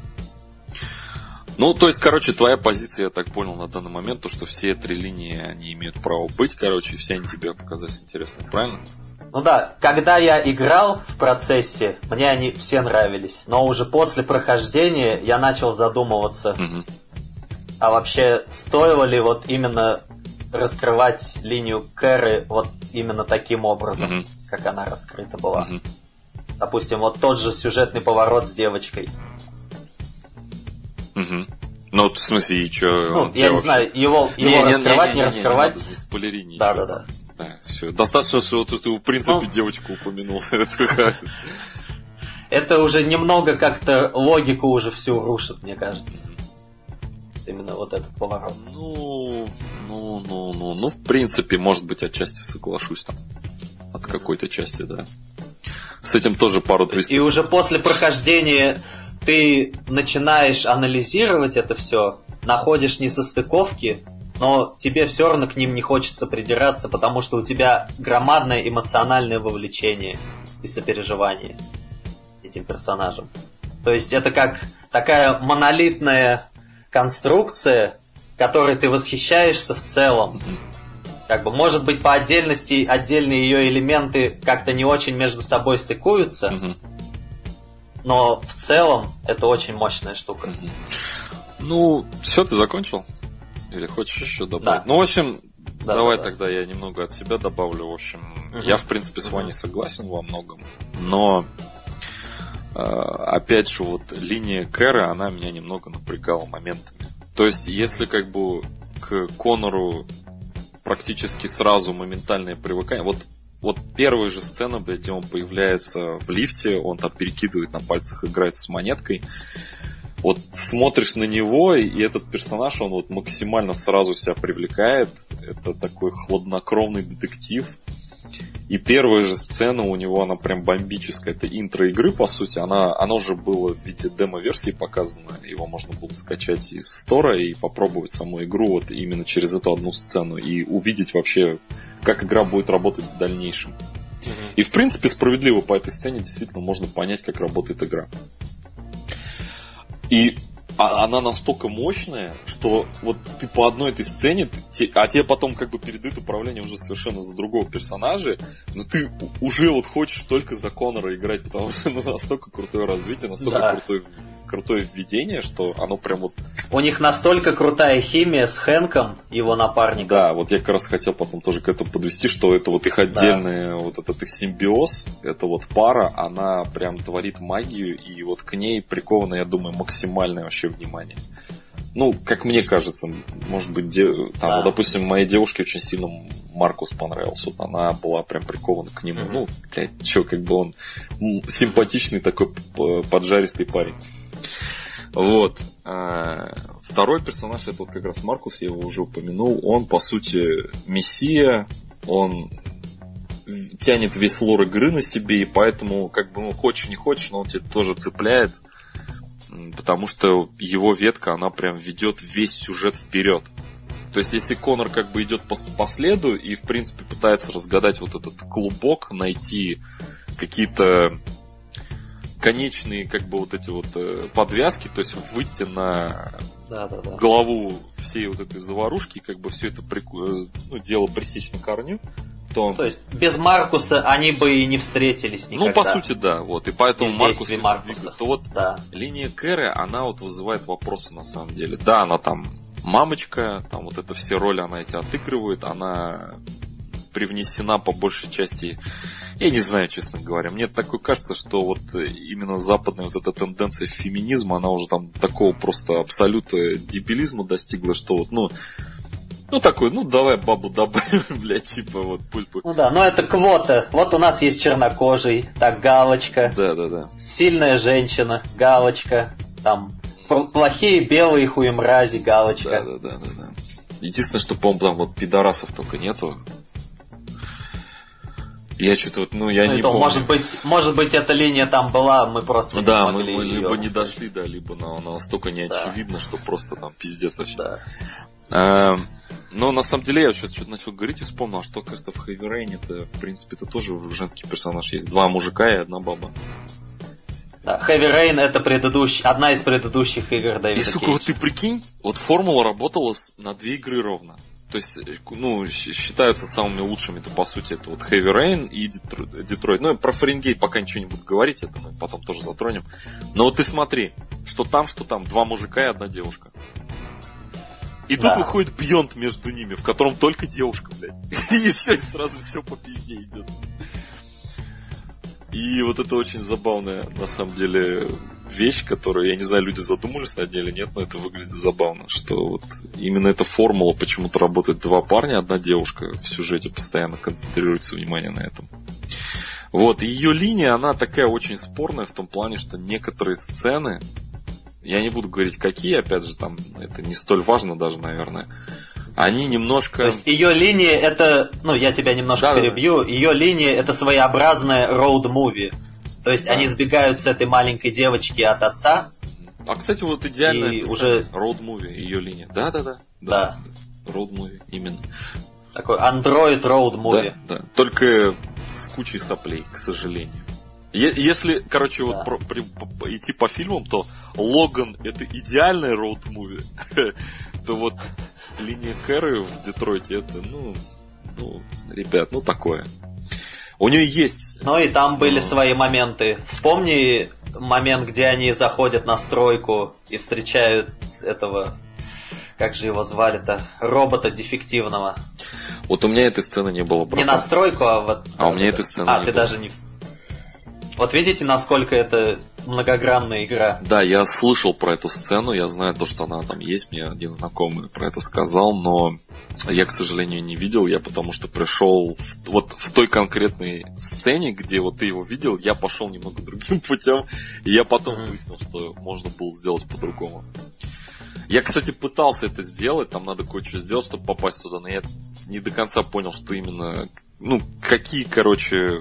Ну, то есть, короче, твоя позиция, я так понял, на данный момент, то, что все три линии, они имеют право быть, короче, все они тебе показались интересными, правильно? Ну да, когда я играл в процессе, мне они все нравились, но уже после прохождения я начал задумываться, угу. а вообще стоило ли вот именно раскрывать линию Кэры вот именно таким образом, угу. как она раскрыта была. Угу. Допустим, вот тот же сюжетный поворот с девочкой. Угу. Ну, в смысле, и что? Ну, я не вообще... знаю, его, его не, раскрывать, не, не, не, не раскрывать. Не, не, не спойлери ничего. Да, да, да. Да, все. Достаточно, что ты, в принципе, ну, девочку упомянул. Это уже немного как-то логику уже всю рушит, мне кажется. Именно вот этот поворот. Ну, ну, ну, ну, ну, в принципе, может быть, отчасти соглашусь там. От какой-то части, да. С этим тоже пару твистов. И уже после прохождения ты начинаешь анализировать это все, находишь несостыковки, но тебе все равно к ним не хочется придираться, потому что у тебя громадное эмоциональное вовлечение и сопереживание этим персонажам. То есть это как такая монолитная конструкция, которой ты восхищаешься в целом. Как бы, может быть, по отдельности отдельные ее элементы как-то не очень между собой стыкуются, mm-hmm. но в целом это очень мощная штука. Mm-hmm. Ну, все, ты закончил? Или хочешь еще добавить? Да. Ну, в общем, да, давай да, тогда да. я немного от себя добавлю. В общем, mm-hmm. я, в принципе, с Ваней mm-hmm. согласен во многом, но э, опять же, вот линия Кэры, она меня немного напрягала моментами. То есть, если как бы к Конору практически сразу моментальное привыкание. Вот, вот первая же сцена, блядь, где он появляется в лифте, он там перекидывает на пальцах, играет с монеткой. Вот смотришь на него, и этот персонаж, он вот максимально сразу себя привлекает. Это такой хладнокровный детектив. И первая же сцена у него, она прям бомбическая. Это интро игры, по сути. Она, она уже была в виде демо-версии показана. Его можно было скачать из стора и попробовать саму игру вот именно через эту одну сцену. И увидеть вообще, как игра будет работать в дальнейшем. Mm-hmm. И в принципе справедливо по этой сцене действительно можно понять, как работает игра. И а, она настолько мощная, что вот ты по одной этой сцене, ты, а тебе потом как бы передают управление уже совершенно за другого персонажа, но ты уже вот хочешь только за Коннора играть, потому что ну, настолько крутое развитие, настолько да. крутое, крутое введение, что оно прям вот... У них настолько крутая химия с Хэнком, его напарником. Да, вот я как раз хотел потом тоже к этому подвести, что это вот их отдельный, да. вот этот их симбиоз, это вот пара, она прям творит магию, и вот к ней приковано, я думаю, максимальное вообще внимание. Ну, как мне кажется, может быть, де... там, да. вот, допустим, моей девушке очень сильно Маркус понравился, вот она была прям прикована к нему. Mm-hmm. Ну, блядь, чё, как бы он симпатичный такой поджаристый парень. Вот. Второй персонаж, это вот как раз Маркус, я его уже упомянул, он, по сути, мессия, он тянет весь лор игры на себе, и поэтому, как бы, ну, хочешь не хочешь, но он тебя тоже цепляет, потому что его ветка, она прям ведет весь сюжет вперед. То есть, если Коннор как бы идет по, по следу и, в принципе, пытается разгадать вот этот клубок, найти какие-то конечные, как бы, вот эти вот э, подвязки, то есть выйти на да, да, да. голову всей вот этой заварушки, как бы все это прику... ну, дело пресечь на корню, то... То есть без Маркуса они бы и не встретились никогда. Ну, по сути, да, вот, и поэтому Маркус Маркуса. То вот да. линия Кэры, она вот вызывает вопросы на самом деле. Да, она там мамочка, там вот это все роли она эти отыгрывает, она привнесена по большей части... Я не знаю, честно говоря. Мне такое кажется, что вот именно западная вот эта тенденция феминизма, она уже там такого просто абсолюта дебилизма достигла, что вот, ну, ну такой, ну давай бабу добавим, блядь, типа вот пусть бы. Ну да, но это квота. Вот у нас есть чернокожий, так, галочка. Да, да, да. Сильная женщина, галочка. Там плохие белые хуемрази, галочка. Да, да, да, да, да. Единственное, что, по-моему, там вот пидорасов только нету. Я что-то вот, ну, я ну, не то, помню. Может быть, может быть, эта линия там была, мы просто да, не смогли мы, мы ее либо не услышать. дошли, да, либо она, она настолько неочевидна, да. что просто там пиздец вообще. Да. А, но на самом деле я сейчас что-то начал говорить и вспомнил, что, кажется, в Heavy Rain это, в принципе, это тоже женский персонаж есть. Два мужика и одна баба. Да, Heavy Rain это предыдущий, одна из предыдущих игр Дэвида Кейджа. И, сука, вот ты прикинь, вот формула работала на две игры ровно. То есть, ну, считаются самыми лучшими, это, по сути, это вот Heavy Rain и Детройт. Ну, про Фаренгейт пока ничего не буду говорить, это мы потом тоже затронем. Но вот ты смотри, что там, что там, два мужика и одна девушка. И да. тут выходит Бьонд между ними, в котором только девушка, блядь. И все, и сразу все по пизде идет. И вот это очень забавная, на самом деле, вещь, которую, я не знаю, люди задумались над ней или нет, но это выглядит забавно, что вот именно эта формула, почему-то работает два парня, одна девушка в сюжете, постоянно концентрируется внимание на этом. Вот, и ее линия, она такая очень спорная в том плане, что некоторые сцены, я не буду говорить какие, опять же, там, это не столь важно даже, наверное, они немножко... То есть ее линия это, ну я тебя немножко да, перебью, да. ее линия это своеобразная роуд-муви. То есть да. они сбегают с этой маленькой девочки от отца. А, кстати, вот идеальная уже... роуд-муви, ее линия. Да-да-да. Да. Роуд-муви, именно. Такой андроид роуд-муви. Да, да. Только с кучей соплей, к сожалению. Если, короче, да. вот про, при, по, идти по фильмам, то Логан это идеальный роуд-муви, то вот линия Кэры в Детройте это, ну, ну, ребят, ну такое. У нее есть... Ну и там были свои моменты. Вспомни момент, где они заходят на стройку и встречают этого... Как же его звали-то? Робота дефективного. Вот у меня этой сцены не было, братан. Не на стройку, а вот... А у меня этой сцены а, не было. А, ты даже не... Вот видите, насколько это многогранная игра? Да, я слышал про эту сцену, я знаю то, что она там есть, мне один знакомый про это сказал, но я, к сожалению, не видел, я потому что пришел в, вот в той конкретной сцене, где вот ты его видел, я пошел немного другим путем, и я потом mm-hmm. выяснил, что можно было сделать по-другому. Я, кстати, пытался это сделать, там надо кое-что сделать, чтобы попасть туда, но я не до конца понял, что именно, ну, какие, короче...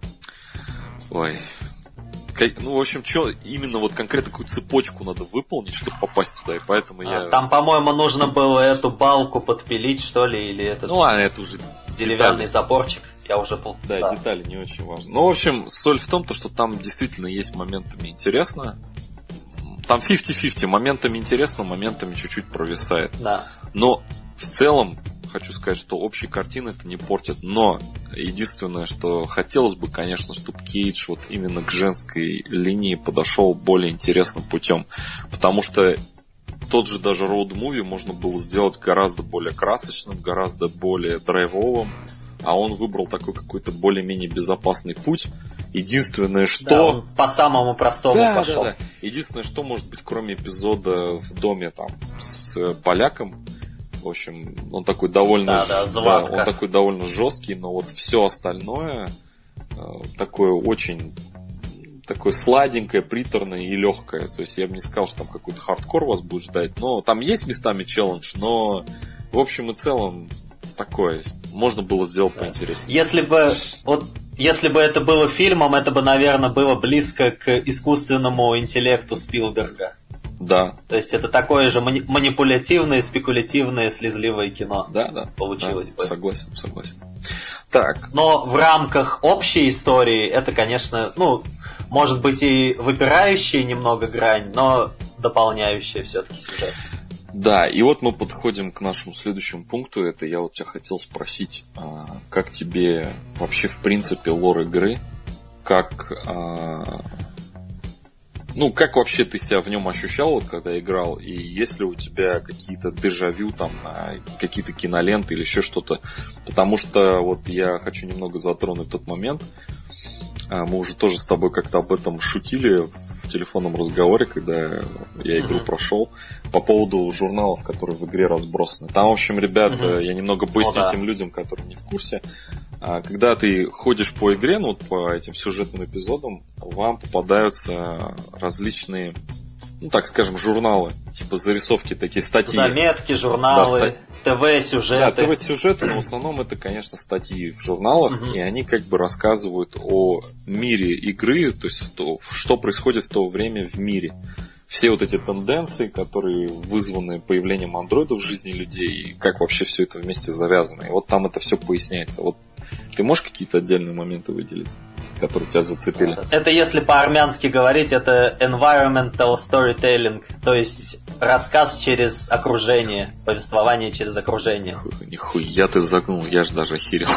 Ой, как, ну, в общем, что именно вот конкретно какую цепочку надо выполнить, чтобы попасть туда, и поэтому а, я... Там, по-моему, нужно было эту балку подпилить, что ли, или этот... Ну, а это уже деревянный детали. Заборчик, я уже был... Да, да, детали не очень важны. Ну, в общем, соль в том, что там действительно есть моментами интересно, там пятьдесят на пятьдесят. Моментами интересно, моментами чуть-чуть провисает. Да. Но в целом, хочу сказать, что общей картины это не портит. Но единственное, что хотелось бы, конечно, чтобы Кейдж вот именно к женской линии подошел более интересным путем. Потому что тот же даже роуд-муви можно было сделать гораздо более красочным, гораздо более драйвовым. А он выбрал такой какой-то более-менее безопасный путь. Единственное, что... Да, он по самому простому да, пошел. Да, да. Единственное, что может быть, кроме эпизода в доме там с поляком, в общем, он такой довольно... Да, да, да, он такой довольно жесткий, но вот все остальное э, такое очень... такое сладенькое, приторное и легкое. То есть я бы не сказал, что там какой-то хардкор вас будет ждать. Но там есть местами челлендж, но в общем и целом такое. Можно было сделать да. поинтереснее. Если бы, вот, если бы это было фильмом, это бы, наверное, было близко к искусственному интеллекту Спилберга. Да. То есть это такое же мани- манипулятивное, спекулятивное, слезливое кино. Да, да. Получилось да, бы. Согласен, согласен. Так. Но в рамках общей истории это, конечно, ну, может быть и выпирающая немного грань, но дополняющая все-таки сюжет. Да, и вот мы подходим к нашему следующему пункту. Это я вот тебя хотел спросить, как тебе вообще в принципе лор игры, как, ну, как вообще ты себя в нем ощущал, вот, когда играл, и есть ли у тебя какие-то дежавю там на какие-то киноленты или еще что-то, потому что вот я хочу немного затронуть тот момент. Мы уже тоже с тобой как-то об этом шутили в телефонном разговоре, когда я игру uh-huh. прошел, по поводу журналов, которые в игре разбросаны. Там, в общем, ребят, uh-huh. я немного поясню oh, тем да. людям, которые не в курсе. Когда ты ходишь по игре, ну, вот по этим сюжетным эпизодам, вам попадаются различные, ну, так скажем, журналы, типа зарисовки, такие статьи. Заметки, журналы, да, стат... ТВ-сюжеты. Да, ТВ-сюжеты, но в основном это, конечно, статьи в журналах, угу. и они как бы рассказывают о мире игры, то есть то, что происходит в то время в мире. Все вот эти тенденции, которые вызваны появлением андроидов в жизни людей, и как вообще все это вместе завязано. И вот там это все поясняется. Вот ты можешь какие-то отдельные моменты выделить, которые тебя зацепили? Это, если по-армянски говорить, это environmental storytelling, то есть рассказ через окружение, повествование через окружение. Нихуя ты загнул, я ж даже охерел.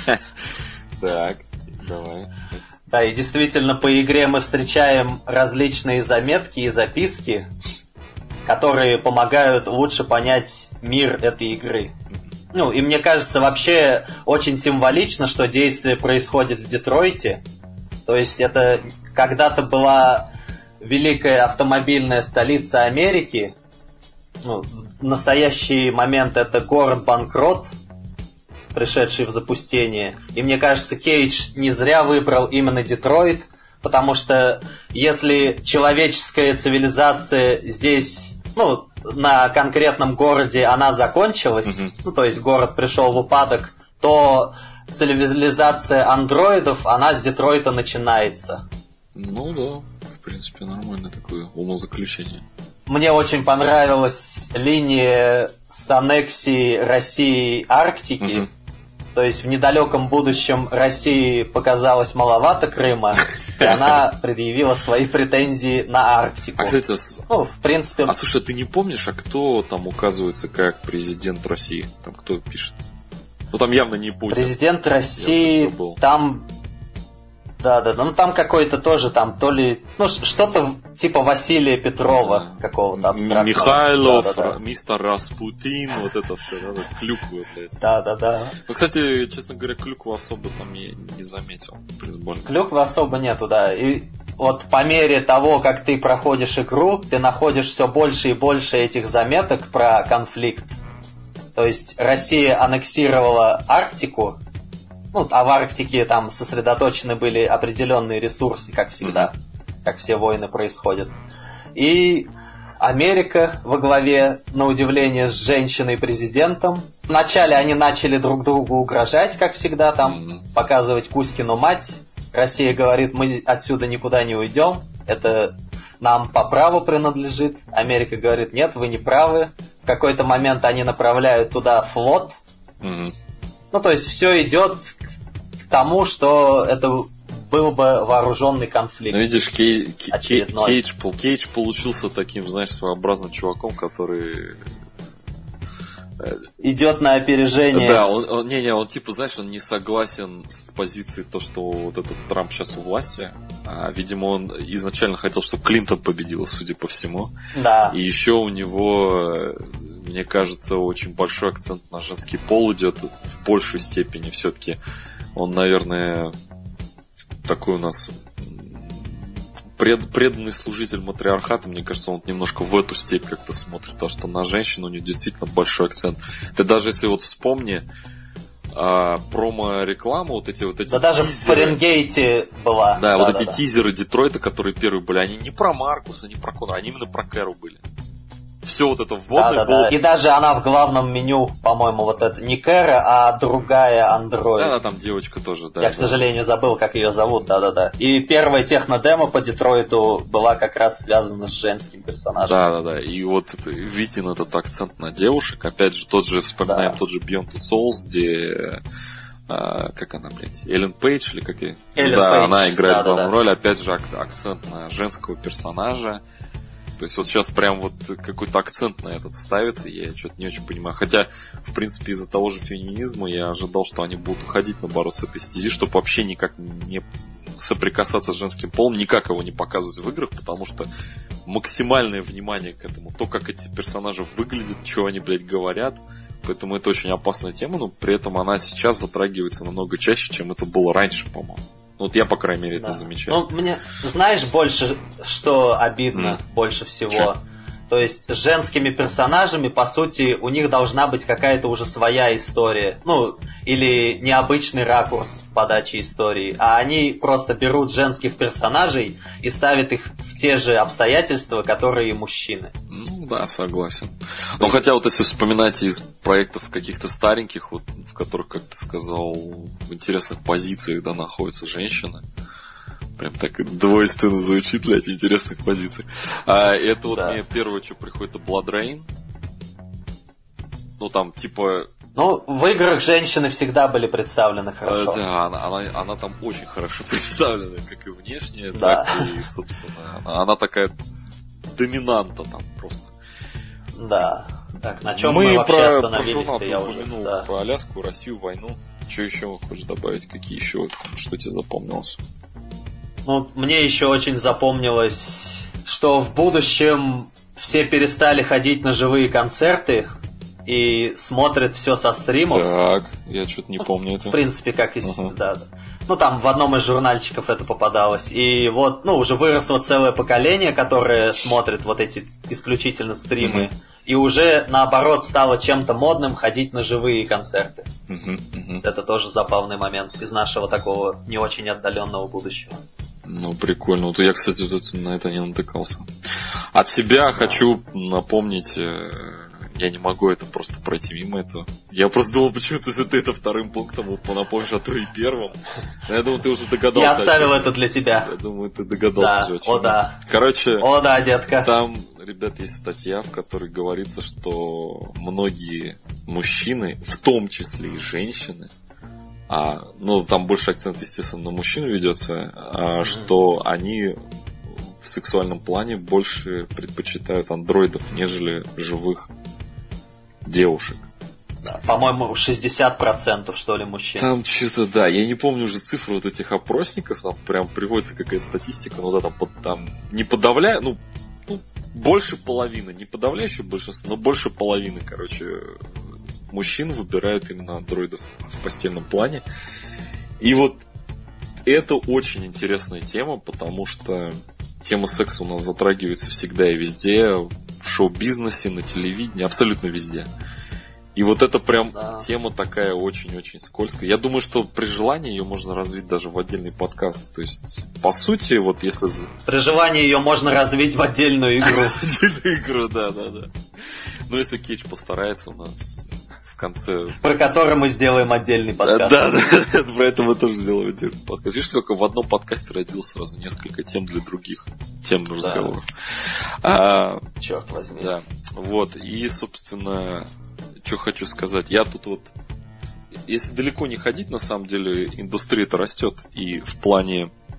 Так, давай. Да, и действительно по игре мы встречаем различные заметки и записки, которые помогают лучше понять мир этой игры. Ну, и мне кажется, вообще очень символично, что действие происходит в Детройте. То есть это когда-то была великая автомобильная столица Америки. Ну, в настоящий момент это город-банкрот, пришедший в запустение. И мне кажется, Кейдж не зря выбрал именно Детройт, потому что если человеческая цивилизация здесь, ну, на конкретном городе она закончилась, uh-huh. ну, то есть город пришел в упадок, то цивилизация андроидов, она с Детройта начинается. Ну да, в принципе, нормально такое умозаключение. Мне очень понравилась линия с аннексией России Арктики. Uh-huh. То есть в недалеком будущем России показалось маловато Крыма, и она предъявила свои претензии на Арктику. А, кстати, ну, в принципе... А слушай, ты не помнишь, а кто там указывается как президент России? Там кто пишет? Ну там явно не Путин. Президент России, там... Да, да, ну там какой-то тоже там, то ли, ну что-то типа Василия Петрова да. какого-то абстрактного. Михайлов, да, да, да. мистер Распутин, вот это все, да, клюкву. Да, да, да. Ну, кстати, честно говоря, клюкву особо там я не заметил. Клюквы особо нету, да. И вот по мере того, как ты проходишь игру, ты находишь все больше и больше этих заметок про конфликт. То есть Россия аннексировала Арктику, ну, а в Арктике там сосредоточены были определенные ресурсы, как всегда, mm-hmm. как все войны происходят. И Америка во главе, на удивление, с женщиной-президентом. Вначале они начали друг другу угрожать, как всегда, там, mm-hmm. показывать Кузькину мать. Россия говорит, мы отсюда никуда не уйдем, это нам по праву принадлежит. Америка говорит, нет, вы не правы. В какой-то момент они направляют туда флот. Mm-hmm. Ну, то есть все идет к тому, что это был бы вооруженный конфликт. Ну, видишь, Кей, Кей, Кейдж, Кейдж получился таким, знаешь, своеобразным чуваком, который... идет на опережение. Да, он, он, не, не, он типа, знаешь, он не согласен с позицией то, что вот этот Трамп сейчас у власти. А, видимо, он изначально хотел, чтобы Клинтон победила, судя по всему. Да. И еще у него, мне кажется, очень большой акцент на женский пол идет в большей степени. Все-таки он, наверное, такой у нас пред, преданный служитель матриархата. Мне кажется, он немножко в эту степь как-то смотрит, то, что на женщину у него действительно большой акцент. Ты даже если вот вспомни а, промо-рекламу, вот эти вот эти да тизеры, даже в Фаренгейте была. Да, да вот да, эти да. тизеры Детройта, которые первые были, они не про Маркуса, не про Конора, они именно про Кэру были. Все вот это вводное да, да, было... Да. И даже она в главном меню, по-моему, вот это не Кэра, а другая андроид. Да, да, там девочка тоже, да. Я, да. к сожалению, забыл, как ее зовут, да-да-да. И первая технодемо по Детройту была как раз связана с женским персонажем. Да-да-да, и вот это, Витин этот акцент на девушек, опять же, тот же, вспоминаем да. тот же Beyond Two Souls, где... А, как она, блядь, Эллен Пейдж или как и... Эллен да, Пейдж. она играет да, главную да, да. роль, опять же, акцент на женского персонажа. То есть вот сейчас прям вот какой-то акцент на этот ставится, я что-то не очень понимаю. Хотя, в принципе, из-за того же феминизма я ожидал, что они будут уходить наоборот с этой стези, чтобы вообще никак не соприкасаться с женским полом, никак его не показывать в играх, потому что максимальное внимание к этому, то, как эти персонажи выглядят, что они, блядь, говорят, поэтому это очень опасная тема, но при этом она сейчас затрагивается намного чаще, чем это было раньше, по-моему. Вот я, по крайней мере, да. это замечаю. Ну, мне, знаешь, больше, что обидно, mm. больше всего. Че? То есть, с женскими персонажами, по сути, у них должна быть какая-то уже своя история. Ну, или необычный ракурс подачи истории. А они просто берут женских персонажей и ставят их в те же обстоятельства, которые и мужчины. Ну, да, согласен. Но хотя вот если вспоминать из проектов каких-то стареньких, вот, в которых, как ты сказал, в интересных позициях, да, находятся женщины, прям так двойственно звучит, блядь, интересных позиций. А это вот да. мне первое, что приходит, это Blood Rain. Ну, там, типа... Ну, в играх женщины всегда были представлены хорошо. А, да, она, она, она там очень хорошо представлена, как и внешне, да. так и, собственно, она, она такая доминанта там просто. Да. Так, на чем мы, мы вообще про, остановились? Про я упомянул, уже, да. про Аляску, Россию, войну. Что еще хочешь добавить? Какие еще? Что тебе запомнилось? Ну, мне еще очень запомнилось, что в будущем все перестали ходить на живые концерты и смотрят все со стримов. Так, я что-то не помню это. В принципе, как и... Ага. Да, да. Ну, там в одном из журнальчиков это попадалось. И вот, ну, уже выросло целое поколение, которое смотрит вот эти исключительно стримы. Uh-huh. И уже, наоборот, стало чем-то модным ходить на живые концерты. Uh-huh, uh-huh. Это тоже забавный момент из нашего такого не очень отдаленного будущего. Ну, прикольно. Вот я, кстати, вот на это не натыкался. От себя да. хочу напомнить... Я не могу это просто пройти мимо этого. Я просто думал, почему-то ты это вторым пунктом напомнишь, а то и первым. Но я думаю, ты уже догадался. Я оставил это для тебя. Я думаю, ты догадался. Да, о да. Короче, о да, детка. Там, ребят, есть статья, в которой говорится, что многие мужчины, в том числе и женщины, а, ну, там больше акцент, естественно, на мужчин ведется, а, mm-hmm. что они в сексуальном плане больше предпочитают андроидов, нежели живых девушек. Да, по-моему, шестьдесят процентов, что ли, мужчин. Там что-то, да, я не помню уже цифры вот этих опросников, там прям приводится какая-то статистика, но да, там, под, там не подавляя, ну, ну, больше половины, не подавляющее большинство, но больше половины, короче, мужчин выбирают именно андроидов в постельном плане. И вот это очень интересная тема, потому что тема секса у нас затрагивается всегда и везде, в шоу-бизнесе, на телевидении, абсолютно везде. И вот это прям да. тема такая очень-очень скользкая. Я думаю, что при желании ее можно развить даже в отдельный подкаст. То есть, по сути, вот если... При желании ее можно развить в отдельную игру. В отдельную игру, да-да-да. Но если Кейдж постарается, у нас в конце... Про который мы сделаем отдельный подкаст. Да-да, про это мы тоже сделаем отдельный подкаст. Видишь, сколько в одном подкасте родилось сразу несколько тем для других тем для разговоров. А, черт возьми. Да, вот. И, собственно, что хочу сказать. Я тут вот... Если далеко не ходить, на самом деле, индустрия-то растет. И в плане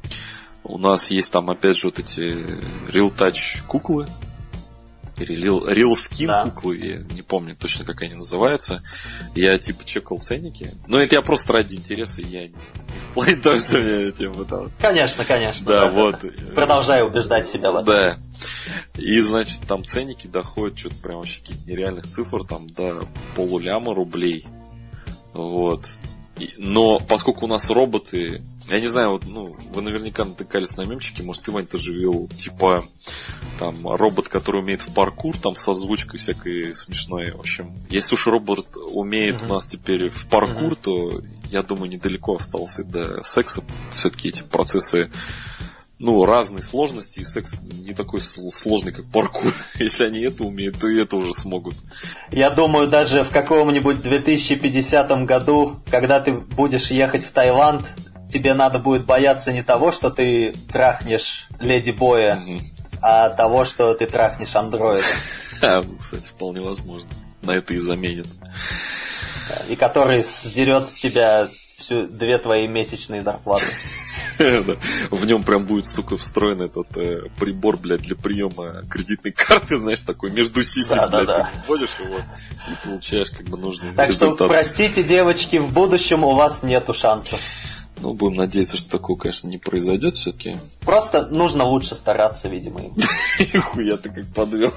У нас есть там, опять же, вот эти Real Touch куклы. Или Real, Real Skin да. куклы, я не помню точно, как они называются. Я типа чекал ценники. Но это я просто ради интереса, я не в плане того, что мне типа там... Конечно, конечно. Да, да вот. Да. Продолжаю убеждать себя в этом. Да. И, значит, там ценники доходят что-то прям вообще каких-то нереальных цифр, там до полуляма рублей. Вот. Но поскольку у нас роботы, я не знаю, вот, ну, вы наверняка натыкались на мемчики, может, ты, Вань, тоже видел, типа, там, робот, который умеет в паркур, там, с озвучкой всякой смешной, в общем. Если уж робот умеет uh-huh. у нас теперь в паркур, uh-huh. то, я думаю, недалеко остался до секса. Все-таки эти процессы, ну, разной сложности, и секс не такой сложный, как паркур. Если они это умеют, то и это уже смогут. Я думаю, даже в каком-нибудь две тысячи пятидесятом году, когда ты будешь ехать в Таиланд, тебе надо будет бояться не того, что ты трахнешь Леди Боя, угу. а того, что ты трахнешь андроида. А, ну, кстати, вполне возможно. На это и заменят. И который сдерет с тебя всю две твои месячные зарплаты. В нем прям будет, сука, встроен этот э, прибор, блядь, для приема кредитной карты, знаешь, такой между сисек, да, блядь, да, да. Ты вводишь его и получаешь как бы нужный так результат. Так что, простите, девочки, в будущем у вас нету шансов. Ну, будем надеяться, что такого, конечно, не произойдет все-таки. Просто нужно лучше стараться, видимо, им. Хуя ты как подвел.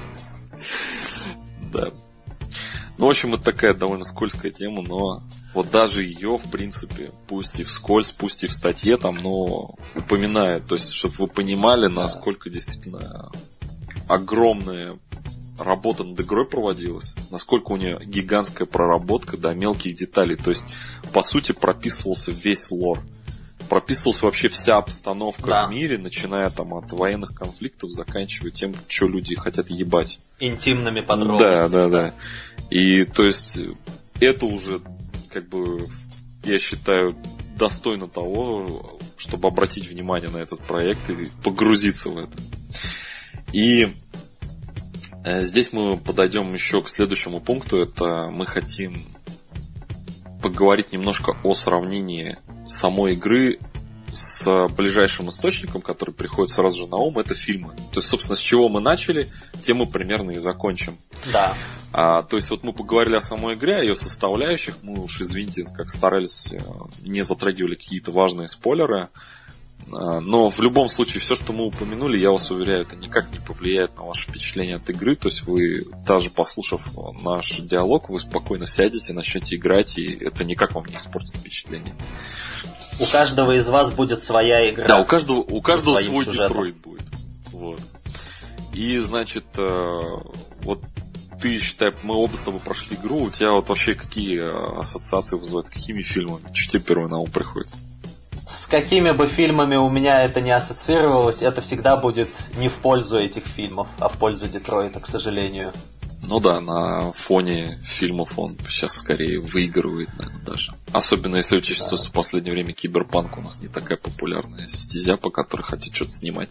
Да. Ну, в общем, это такая довольно скользкая тема, но вот даже ее, в принципе, пусть и вскользь, пусть и в статье там, но упоминают, то есть, чтобы вы понимали, насколько действительно огромная работа над игрой проводилась, насколько у нее гигантская проработка до мелких деталей, то есть, по сути, прописывался весь лор. Прописывалась вообще вся обстановка да. в мире, начиная там от военных конфликтов, заканчивая тем, что люди хотят ебать. Интимными подробностями. Да, да, да. И то есть это уже, как бы, я считаю, достойно того, чтобы обратить внимание на этот проект и погрузиться в это. И здесь мы подойдем еще к следующему пункту. Это мы хотим поговорить немножко о сравнении самой игры с ближайшим источником, который приходит сразу же на ум, это фильмы. То есть, собственно, с чего мы начали, тем мы примерно и закончим. Да. А, то есть, вот мы поговорили о самой игре, о ее составляющих. Мы уж, извините, как старались, не затрагивали какие-то важные спойлеры. Но в любом случае, все, что мы упомянули, я вас уверяю, это никак не повлияет на ваше впечатление от игры. То есть вы, даже послушав наш диалог, вы спокойно сядете, начнете играть, и это никак вам не испортит впечатление. У каждого из вас будет своя игра. Да, у каждого, у каждого свой Детройт будет. Вот. И, значит, вот ты, считай, мы оба с тобой прошли игру, у тебя вот вообще какие ассоциации вызывают, с какими фильмами? Что тебе первое на ум приходит? С какими бы фильмами у меня это не ассоциировалось, это всегда будет не в пользу этих фильмов, а в пользу Детройта, к сожалению. Ну да, на фоне фильмов он сейчас скорее выигрывает, наверное, даже. Особенно если учесть, что в последнее время киберпанк у нас не такая популярная стезя, по которой хотят что-то снимать.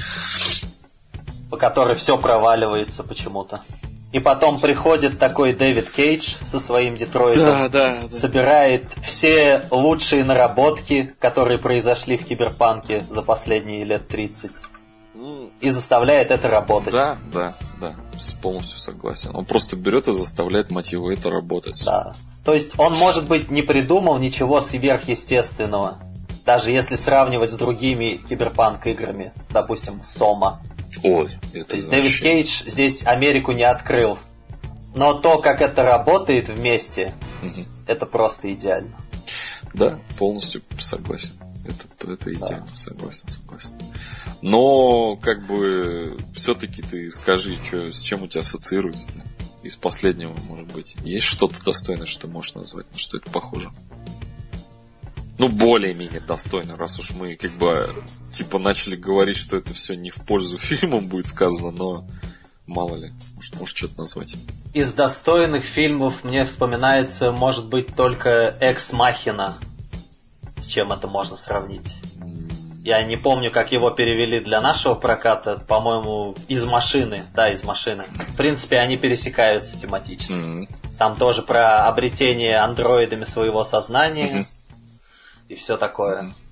По которой все проваливается почему-то. И потом приходит такой Дэвид Кейдж со своим Детройтом, да, да, да. собирает все лучшие наработки, которые произошли в киберпанке за последние лет тридцать, и заставляет это работать. Да, да, да, полностью согласен. Он просто берет и заставляет, мать его, это работать. Да. То есть он, может быть, не придумал ничего сверхъестественного, даже если сравнивать с другими киберпанк-играми, допустим, Сома. Ой, это То есть вообще... Дэвид Кейдж здесь Америку не открыл. Но то, как это работает вместе, угу. это просто идеально. Да, полностью согласен. Это, это идеально, да. согласен, согласен. Но, как бы, все-таки ты скажи, что, с чем у тебя ассоциируется-то? Из последнего, может быть. Есть что-то достойное, что ты можешь назвать? На что это похоже? Ну, более-менее достойно, раз уж мы, как бы, типа, начали говорить, что это все не в пользу фильмам будет сказано, но мало ли, может, может что-то назвать. Из достойных фильмов мне вспоминается, может быть, только «Экс Махина». С чем это можно сравнить? Я не помню, как его перевели для нашего проката, по-моему, «Из машины», да, «Из машины». В принципе, они пересекаются тематически. Mm-hmm. Там тоже про обретение андроидами своего сознания. Mm-hmm. И все такое.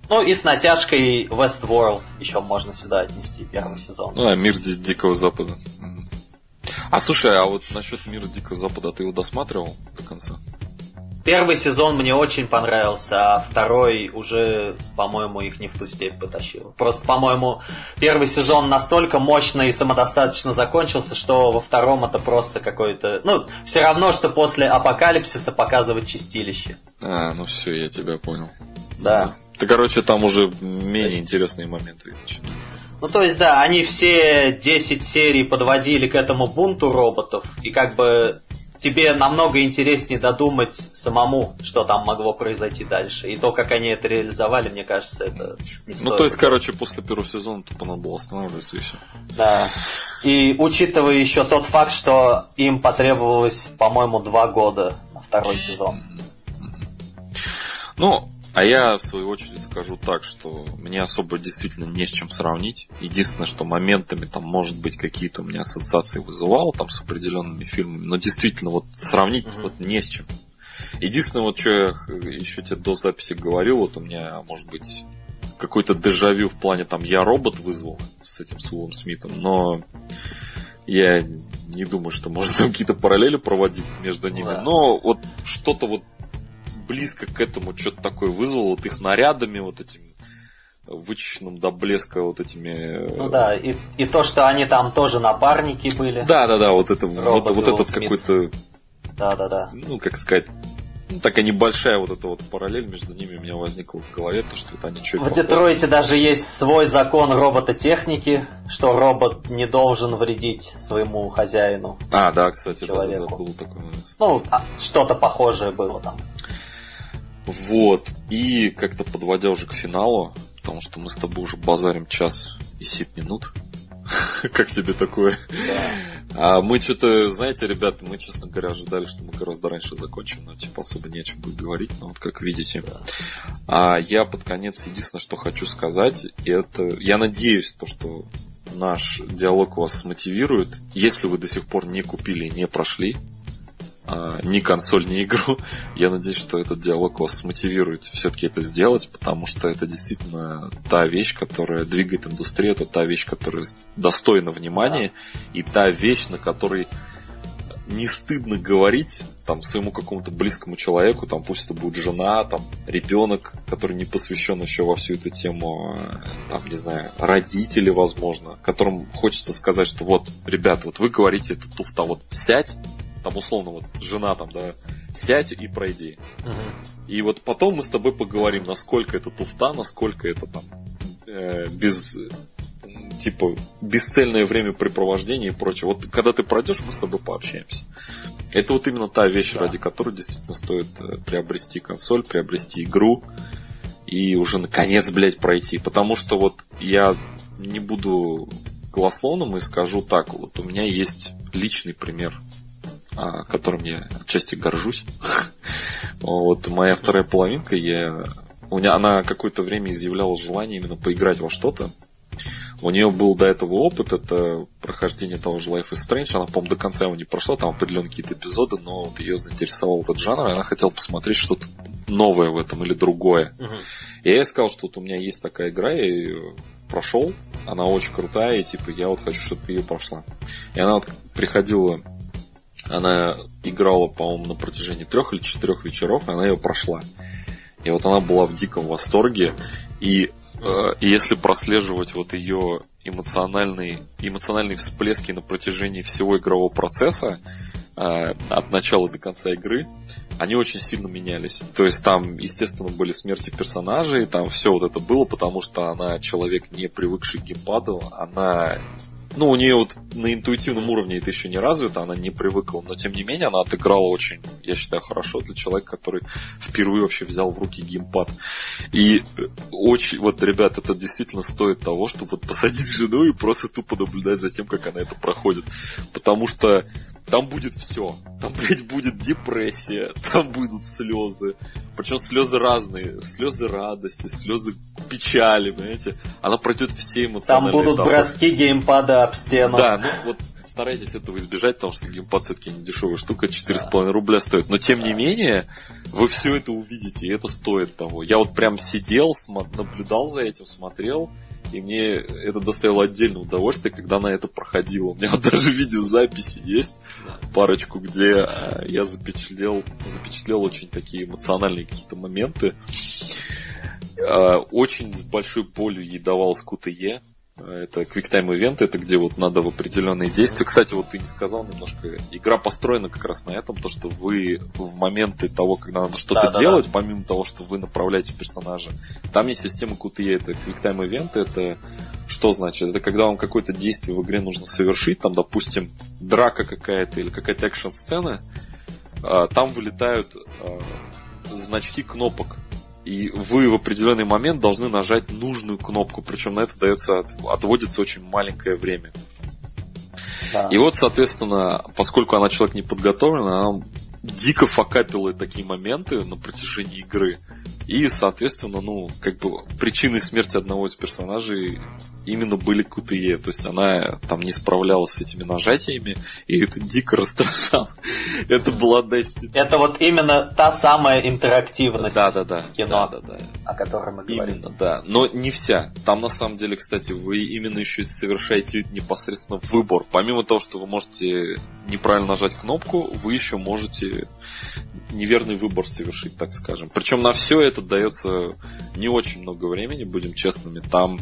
Ну и с натяжкой Westworld еще можно сюда отнести первый сезон. Ну, а Мир Ди- Дикого Запада. А слушай, а вот насчет Мира Дикого Запада ты его досматривал до конца? Первый сезон мне очень понравился, а второй уже, по-моему, их не в ту степь потащил. Просто, по-моему, первый сезон настолько мощно и самодостаточно закончился, что во втором это просто какой-то... Ну, все равно, что после апокалипсиса показывать чистилище. А, ну все, я тебя понял. Да. Ты, короче, там уже менее есть... интересные моменты. Ну, то есть, да, они все десять серий подводили к этому бунту роботов, и как бы... Тебе намного интереснее додумать самому, что там могло произойти дальше. И то, как они это реализовали, мне кажется, это не стоит. Ну, то есть, короче, после первого сезона тупо надо было останавливаться и все. Да. И учитывая еще тот факт, что им потребовалось, по-моему, два года на второй сезон. Ну, а я, в свою очередь, скажу так, что мне особо действительно не с чем сравнить. Единственное, что моментами там, может быть, какие-то у меня ассоциации вызывало там с определенными фильмами, но действительно вот сравнить uh-huh. вот не с чем. Единственное, вот что я еще тебе до записи говорил, вот у меня, может быть, какой-то дежавю в плане там «Я робот» вызвал с этим с Уиллом Смитом, но я не думаю, что можно там какие-то параллели проводить между ними. Uh-huh. Но вот что-то вот близко к этому что-то такое вызвало, вот их нарядами, вот этим вычищенным до блеска, вот этими... Ну да, и, и то, что они там тоже напарники были. Да-да-да, вот это вот, вот этот Смит. Какой-то... Да-да-да. Ну, как сказать... Ну, такая небольшая вот эта вот параллель между ними у меня возникла в голове, то, что это они что-то... В Детройте даже есть свой закон робототехники, что робот не должен вредить своему хозяину. А, да, кстати, человеку. Да, да, был такой момент. Ну, что-то похожее было там. Вот, и как-то подводя уже к финалу, потому что мы с тобой уже базарим час и семь минут. Как тебе такое? А мы что-то, знаете, ребята, мы, честно говоря, ожидали, что мы гораздо раньше закончим, но типа особо не о чем будет говорить, но вот как видите. А я под конец единственное, что хочу сказать, это, я надеюсь, то, что наш диалог вас смотивирует, если вы до сих пор не купили и не прошли ни консоль, ни игру, я надеюсь, что этот диалог вас смотивирует все-таки это сделать, потому что это действительно та вещь, которая двигает индустрию, это та вещь, которая достойна внимания, и та вещь, на которой не стыдно говорить там своему какому-то близкому человеку, там пусть это будет жена, там ребенок, который не посвящен еще во всю эту тему, там, не знаю, родители, возможно, которым хочется сказать, что вот, ребята, вот вы говорите, это туфта, вот сядь, там условно вот жена там, да, сядь и пройди. Uh-huh. И вот потом мы с тобой поговорим, насколько это туфта, насколько это там э, без типа бесцельное времяпрепровождение и прочее. Вот когда ты пройдешь, мы с тобой пообщаемся. Это вот именно та вещь, да. Ради которой действительно стоит приобрести консоль, приобрести игру и уже наконец, блядь, пройти. Потому что вот я не буду голословным и скажу так, вот у меня есть личный пример, которым я отчасти горжусь. Вот моя вторая половинка, я... у меня она какое-то время изъявляла желание именно поиграть во что-то. У нее был до этого опыт, это прохождение того же Life is Strange, она, по-моему, до конца его не прошла, там определенные какие-то эпизоды, но вот ее заинтересовал этот жанр, и она хотела посмотреть что-то новое в этом или другое. Uh-huh. И я ей сказал, что вот у меня есть такая игра, я ее прошел, она очень крутая, и типа я вот хочу, чтобы ты ее прошла. И она вот приходила... Она играла, по-моему, на протяжении трех или четырех вечеров, и она ее прошла. И вот она была в диком восторге. И, э, и если прослеживать вот ее эмоциональные, эмоциональные всплески на протяжении всего игрового процесса, э, от начала до конца игры, они очень сильно менялись. То есть там, естественно, были смерти персонажей, там все вот это было, потому что она человек, не привыкший к геймпаду, она... Ну, у нее вот на интуитивном уровне это еще не развито, она не привыкла, но тем не менее она отыграла очень, я считаю, хорошо для человека, который впервые вообще взял в руки геймпад. И очень, вот, ребят, это действительно стоит того, чтобы вот посадить жену и просто тупо наблюдать за тем, как она это проходит. Потому что там будет все. Там, блядь, будет депрессия, там будут слезы. Причем слезы разные. Слезы радости, слезы печали, понимаете? Она пройдет все эмоциональные Там будут этапы. броски геймпада об стену. Да, ну вот постарайтесь этого избежать, потому что геймпад все-таки не дешевая штука, четыре с половиной рубля стоит. Но тем не менее, вы все это увидите, и это стоит того. Я вот прям сидел, наблюдал за этим, смотрел, и мне это доставило отдельное удовольствие, когда на это проходило. У меня вот даже видеозаписи есть, парочку, где я запечатлел, запечатлел очень такие эмоциональные какие-то моменты. Очень с большой болью ей давалось кью ти и. Это QuickTime Event, это где вот надо в определенные действия. Кстати, вот ты не сказал немножко, игра построена как раз на этом, то, что вы в моменты того, когда надо что-то да, делать, да, да. помимо того, что вы направляете персонажа, там есть система кью ти и, это QuickTime Event, это что значит? Это когда вам какое-то действие в игре нужно совершить, там, допустим, драка какая-то или какая-то экшн-сцена, там вылетают значки кнопок. И вы в определенный момент должны нажать нужную кнопку, причем на это дается, отводится очень маленькое время. Да. И вот, соответственно, поскольку она человек не подготовлен, она дико факапила такие моменты на протяжении игры. И, соответственно, ну, как бы причиной смерти одного из персонажей именно были кью ти и. То есть она там не справлялась с этими нажатиями, и это дико раздражало. Это была одна из... Это вот именно та самая интерактивность да, да, да, кино, да, да, да. о которой мы говорим. Именно, да. Но не вся. Там, на самом деле, кстати, вы именно еще совершаете непосредственно выбор. Помимо того, что вы можете неправильно нажать кнопку, вы еще можете неверный выбор совершить, так скажем. Причем на все это дается не очень много времени, будем честными. Там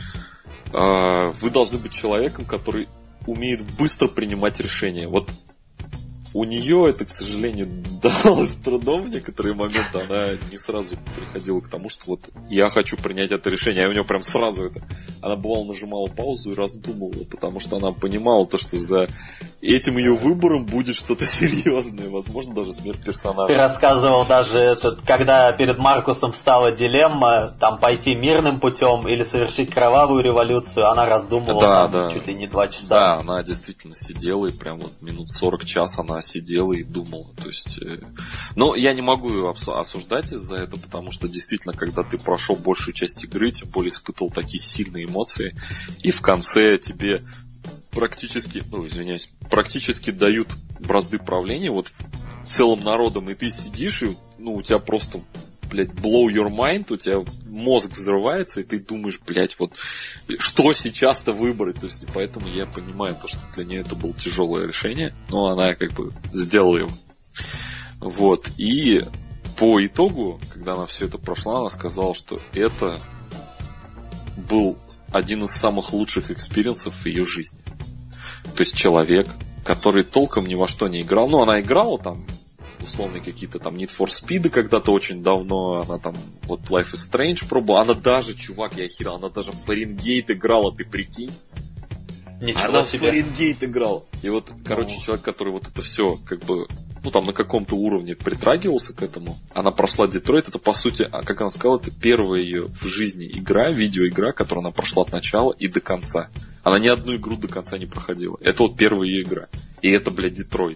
э, вы должны быть человеком, который умеет быстро принимать решения. Вот у нее это, к сожалению, давалось с трудом в некоторые моменты. Она не сразу приходила к тому, что вот я хочу принять это решение. А у нее прям сразу это... Она бывало нажимала паузу и раздумывала, потому что она понимала то, что за этим ее выбором будет что-то серьезное. Возможно, даже смерть персонажа. Ты рассказывал даже, этот, когда перед Маркусом встала дилемма, там пойти мирным путем или совершить кровавую революцию. Она раздумывала да, там, да. чуть ли не два часа. Да, она действительно сидела и прям вот минут сорок час она сидела и думала. То есть, э... но я не могу ее осуждать за это, потому что действительно, когда ты прошел большую часть игры, тем более испытывал такие сильные эмоции, и в конце тебе практически, ну, извиняюсь, практически дают бразды правления вот целым народом, и ты сидишь, и, ну, у тебя просто, блядь, blow your mind, у тебя мозг взрывается, и ты думаешь, блядь, вот, что сейчас-то выбрать, то есть, и поэтому я понимаю то, что для нее это было тяжелое решение, но она, как бы, сделала его. Вот, и по итогу, когда она все это прошла, она сказала, что это был один из самых лучших экспириенсов в ее жизни. То есть человек, который толком ни во что не играл, ну, она играла там, условно, какие-то там Need for Speed когда-то очень давно, она там вот Life is Strange пробовала, она даже, чувак, я охерел, она даже в Фаренгейт играла, ты прикинь? Ничего она себе. в Фаренгейт играла. И вот, короче, О. человек, который вот это все, как бы, ну, там на каком-то уровне притрагивался к этому, она прошла Детройт, это, по сути, как она сказала, это первая ее в жизни игра, видеоигра, которую она прошла от начала и до конца. Она ни одну игру до конца не проходила. Это вот первая ее игра. И это, блядь, Детройт.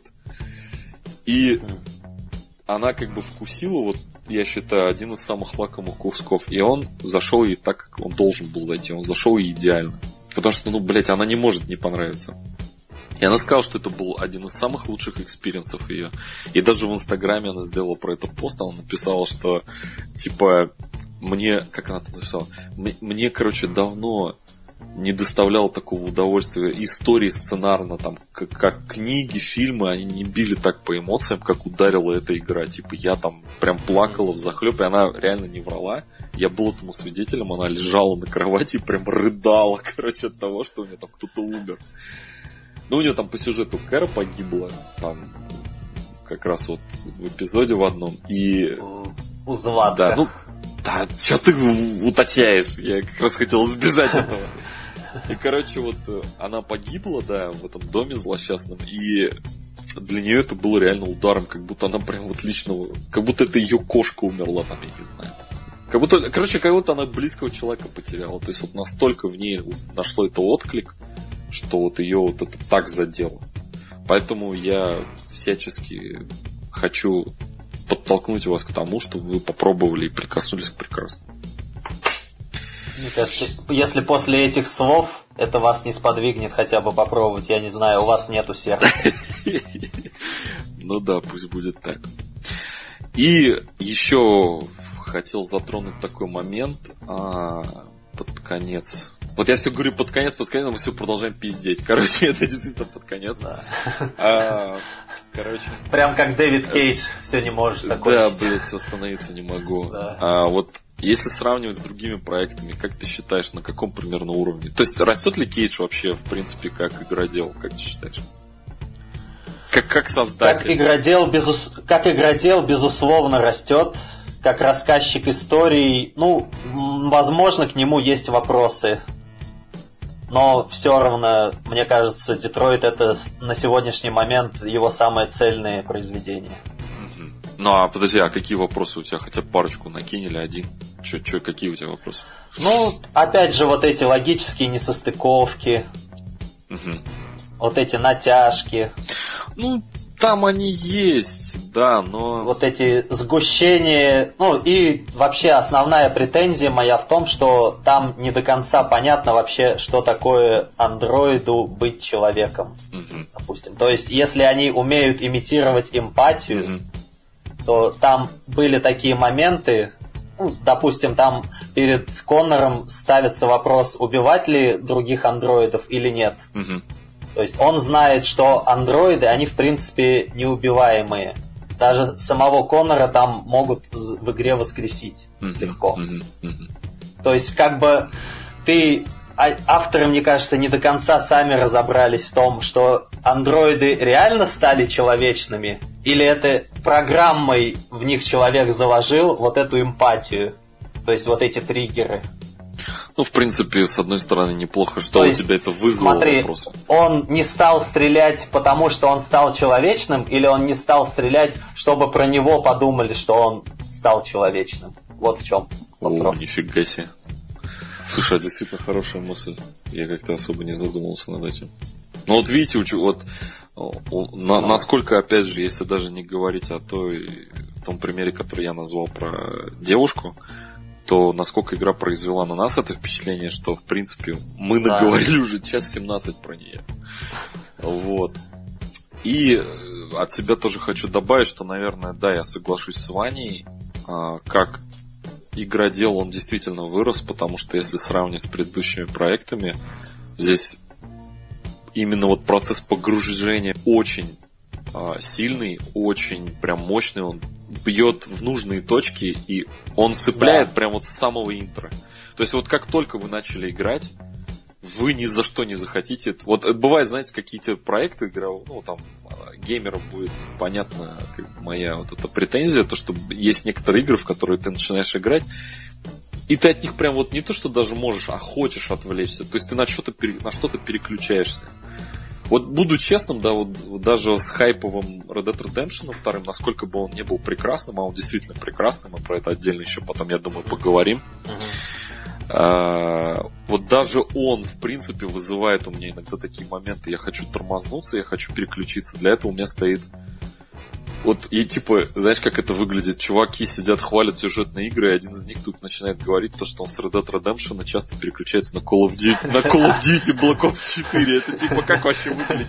И она как бы вкусила, вот, я считаю, один из самых лакомых кусков. И он зашел ей так, как он должен был зайти. Он зашел ей идеально. Потому что, ну, блядь, она не может не понравиться. И она сказала, что это был один из самых лучших экспириенсов ее. И даже в Инстаграме она сделала про это пост. Она написала, что, типа, мне, как она там написала, мне, мне короче, давно не доставляло такого удовольствия. Истории сценарно, там, как, как книги, фильмы, они не били так по эмоциям, как ударила эта игра. Типа, я там прям плакала взахлеб, и она реально не врала. Я был этому свидетелем, она лежала на кровати и прям рыдала, короче, от того, что у нее там кто-то умер. Ну, у нее там по сюжету Кэра погибла, там, как раз вот в эпизоде в одном, и... У Златка. Да, ну, да, что ты уточняешь? Я как раз хотел избежать этого. И, короче, вот она погибла, да, в этом доме злосчастном, и для нее это было реально ударом, как будто она прям вот лично, как будто это ее кошка умерла, там, я не знаю. Как будто, короче, как будто она близкого человека потеряла. То есть вот настолько в ней нашло это отклик, что вот ее вот это так задело. Поэтому я всячески хочу подтолкнуть вас к тому, чтобы вы попробовали и прикоснулись к прекрасному. Мне кажется, если после этих слов это вас не сподвигнет хотя бы попробовать, я не знаю, у вас нету сердца. Ну да, пусть будет так. И еще хотел затронуть такой момент а, под конец. Вот я все говорю под конец, под конец, но мы все продолжаем пиздеть. Короче, это действительно под конец. Да. А, короче. Прям как Дэвид Кейдж, все не можешь закончить. Да, блядь, все остановиться не могу. Да. А, вот если сравнивать с другими проектами, как ты считаешь, на каком примерно уровне? То есть растет ли Кейдж вообще, в принципе, как игродел, как ты считаешь? Как, как создатель? Как игродел, безус... как игродел, безусловно, растет. Как рассказчик историй, ну, возможно, к нему есть вопросы. Но все равно, мне кажется, Детройт это на сегодняшний момент его самое цельное произведение. Ну а подожди, а какие вопросы у тебя? Хотя бы парочку накинь или один? Че, че, какие у тебя вопросы? Ну, опять же, вот эти логические несостыковки, угу. Вот эти натяжки. Ну, там они есть, да, но... Вот эти сгущения, ну и вообще основная претензия моя в том, что там не до конца понятно вообще, что такое андроиду быть человеком, угу. допустим. То есть, если они умеют имитировать эмпатию, угу. то там были такие моменты, ну, допустим, там перед Коннором ставится вопрос, убивать ли других андроидов или нет. Угу. То есть он знает, что андроиды, они в принципе неубиваемые. Даже самого Коннора там могут в игре воскресить mm-hmm. легко. Mm-hmm. Mm-hmm. То есть как бы ты... Авторы, мне кажется, не до конца сами разобрались в том, что андроиды реально стали человечными, или это программой в них человек заложил вот эту эмпатию. То есть вот эти триггеры. Ну, в принципе, с одной стороны, неплохо, что у тебя это вызвало смотри, вопросы. Он не стал стрелять, потому что он стал человечным, или он не стал стрелять, чтобы про него подумали, что он стал человечным. Вот в чем вопрос. О, нифига себе. Слушай, а действительно хорошая мысль. Я как-то особо не задумывался над этим. Ну вот видите, вот на, насколько, опять же, если даже не говорить о той, том примере, который я назвал про девушку, то насколько игра произвела на нас это впечатление, что, в принципе, мы да. наговорили уже час семнадцать про нее. Вот. И от себя тоже хочу добавить, что, наверное, да, я соглашусь с Ваней, как игродел он действительно вырос, потому что если сравнивать с предыдущими проектами, здесь именно вот процесс погружения очень сильный, очень прям мощный, он бьет в нужные точки, и он цепляет да. прям вот с самого интро. То есть вот как только вы начали играть, вы ни за что не захотите. Вот бывает, знаете, какие-то проекты игровые, ну там геймерам будет понятна моя вот эта претензия, то что есть некоторые игры, в которые ты начинаешь играть, и ты от них прям вот не то, что даже можешь, а хочешь отвлечься. То есть ты на что-то, на что-то переключаешься. Вот буду честным, да, вот даже с хайповым Red Dead Redemption вторым, насколько бы он не был прекрасным, а он действительно прекрасным, мы про это отдельно еще потом, я думаю, поговорим. Uh-huh. А, вот даже он, в принципе, вызывает у меня иногда такие моменты, я хочу тормознуться, я хочу переключиться, для этого у меня стоит... Вот, и типа, знаешь, как это выглядит? Чуваки сидят, хвалят сюжетные игры, и один из них тут начинает говорить то, что он с Red Dead Redemption часто переключается на Call of Duty, на Call of Duty Black Ops четыре. Это типа как вообще выглядит?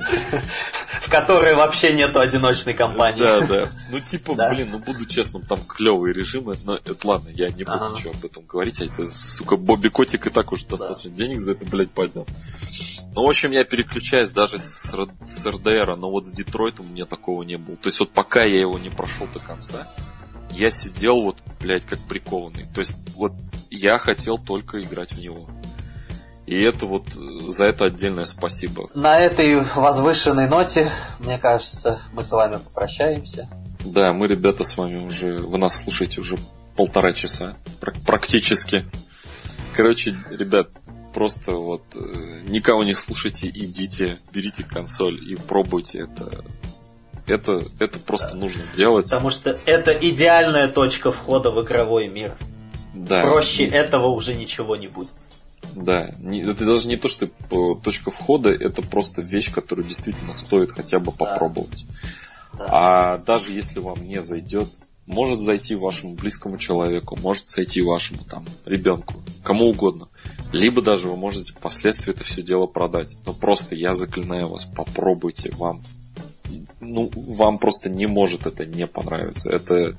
В которой вообще нету одиночной кампании. Да, да. Ну типа, да? Блин, ну буду честным, там клевые режимы, но это ладно, я не буду ага. ничего об этом говорить, а это, сука, Бобби Котик и так уже да. достаточно денег за это, блядь, поднял. Ну, в общем, я переключаюсь даже с, с эр ди ар, но вот с Детройтом у меня такого не было. То есть вот пока я его не прошел до конца, я сидел вот, блядь, как прикованный. То есть вот я хотел только играть в него. И это вот, за это отдельное спасибо. На этой возвышенной ноте, мне кажется, мы с вами попрощаемся. Да, мы, ребята, с вами уже, вы нас слушаете уже полтора часа, практически. Короче, ребят, просто вот никого не слушайте, идите, берите консоль и пробуйте это. Это, это просто да. нужно сделать. Потому что это идеальная точка входа в игровой мир. Да. Проще и... этого уже ничего не будет. Да, не, это даже не то, что точка входа, это просто вещь, которую действительно стоит хотя бы попробовать. Да. Да. А даже если вам не зайдет, может зайти вашему близкому человеку, может зайти вашему там ребенку, кому угодно. Либо даже вы можете впоследствии это все дело продать. Но просто я заклинаю вас, попробуйте, вам, ну, вам просто не может это не понравиться. Это...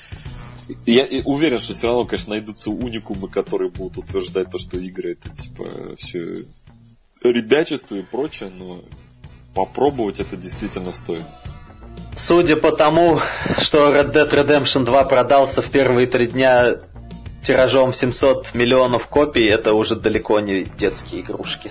Я уверен, что все равно, конечно, найдутся уникумы, которые будут утверждать то, что игры это типа все ребячество и прочее, но попробовать это действительно стоит. Судя по тому, что Red Dead Redemption два продался в первые три дня тиражом семьсот миллионов копий, это уже далеко не детские игрушки.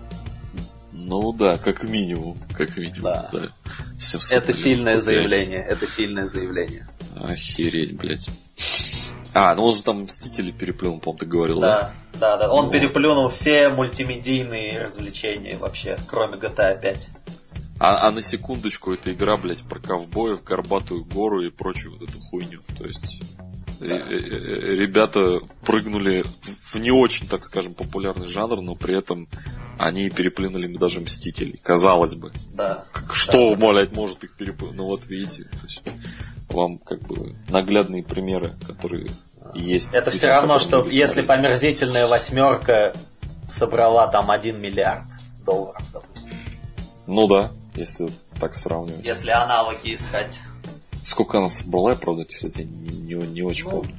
Ну да, как минимум, как минимум. Да. Да. Это сильное заявление, это сильное заявление. Охереть, блядь. А, ну он же там Мстители переплюнул, по-моему, ты говорил, да? Да, да, да. Он ну... переплюнул все мультимедийные развлечения вообще, кроме джи ти эй пять. А, а на секундочку, эта игра, блядь, про ковбоев, горбатую гору и прочую вот эту хуйню. То есть да. ребята прыгнули в не очень, так скажем, популярный жанр, но при этом они переплюнули даже Мстителей, казалось бы. Да. Что, да. блядь, может их переплюнуть? Ну вот видите, то есть вам как бы наглядные примеры, которые есть. Это все равно, что если померзительная восьмерка собрала там один миллиард долларов, допустим. Ну да, если так сравнивать. Если аналоги искать. Сколько она собрала, я, правда, кстати, не, не, не очень ну, помню.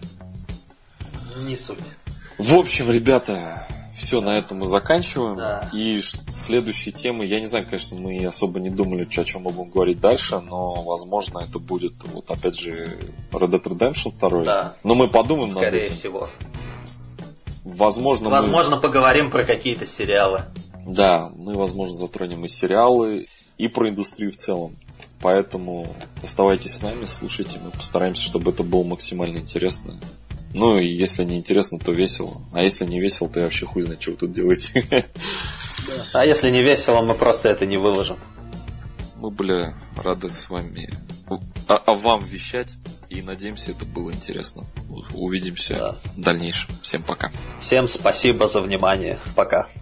Не суть. В общем, ребята, все, на этом мы заканчиваем. Да. И следующие темы, я не знаю, конечно, мы особо не думали, о чем мы будем говорить дальше, но, возможно, это будет, вот опять же, Red Dead Redemption два. Да. Но мы подумаем над этим. Скорее этим. всего. Возможно, Возможно, мы... поговорим про какие-то сериалы. Да, мы, возможно, затронем и сериалы, и про индустрию в целом. Поэтому оставайтесь с нами, слушайте. Мы постараемся, чтобы это было максимально интересно. Ну и если не интересно, то весело. А если не весело, то я вообще хуй знает, что вы тут делаете. А если не весело, мы просто это не выложим. Мы были рады с вами о, о вам вещать. И надеемся, это было интересно. Увидимся да. в дальнейшем. Всем пока. Всем спасибо за внимание. Пока.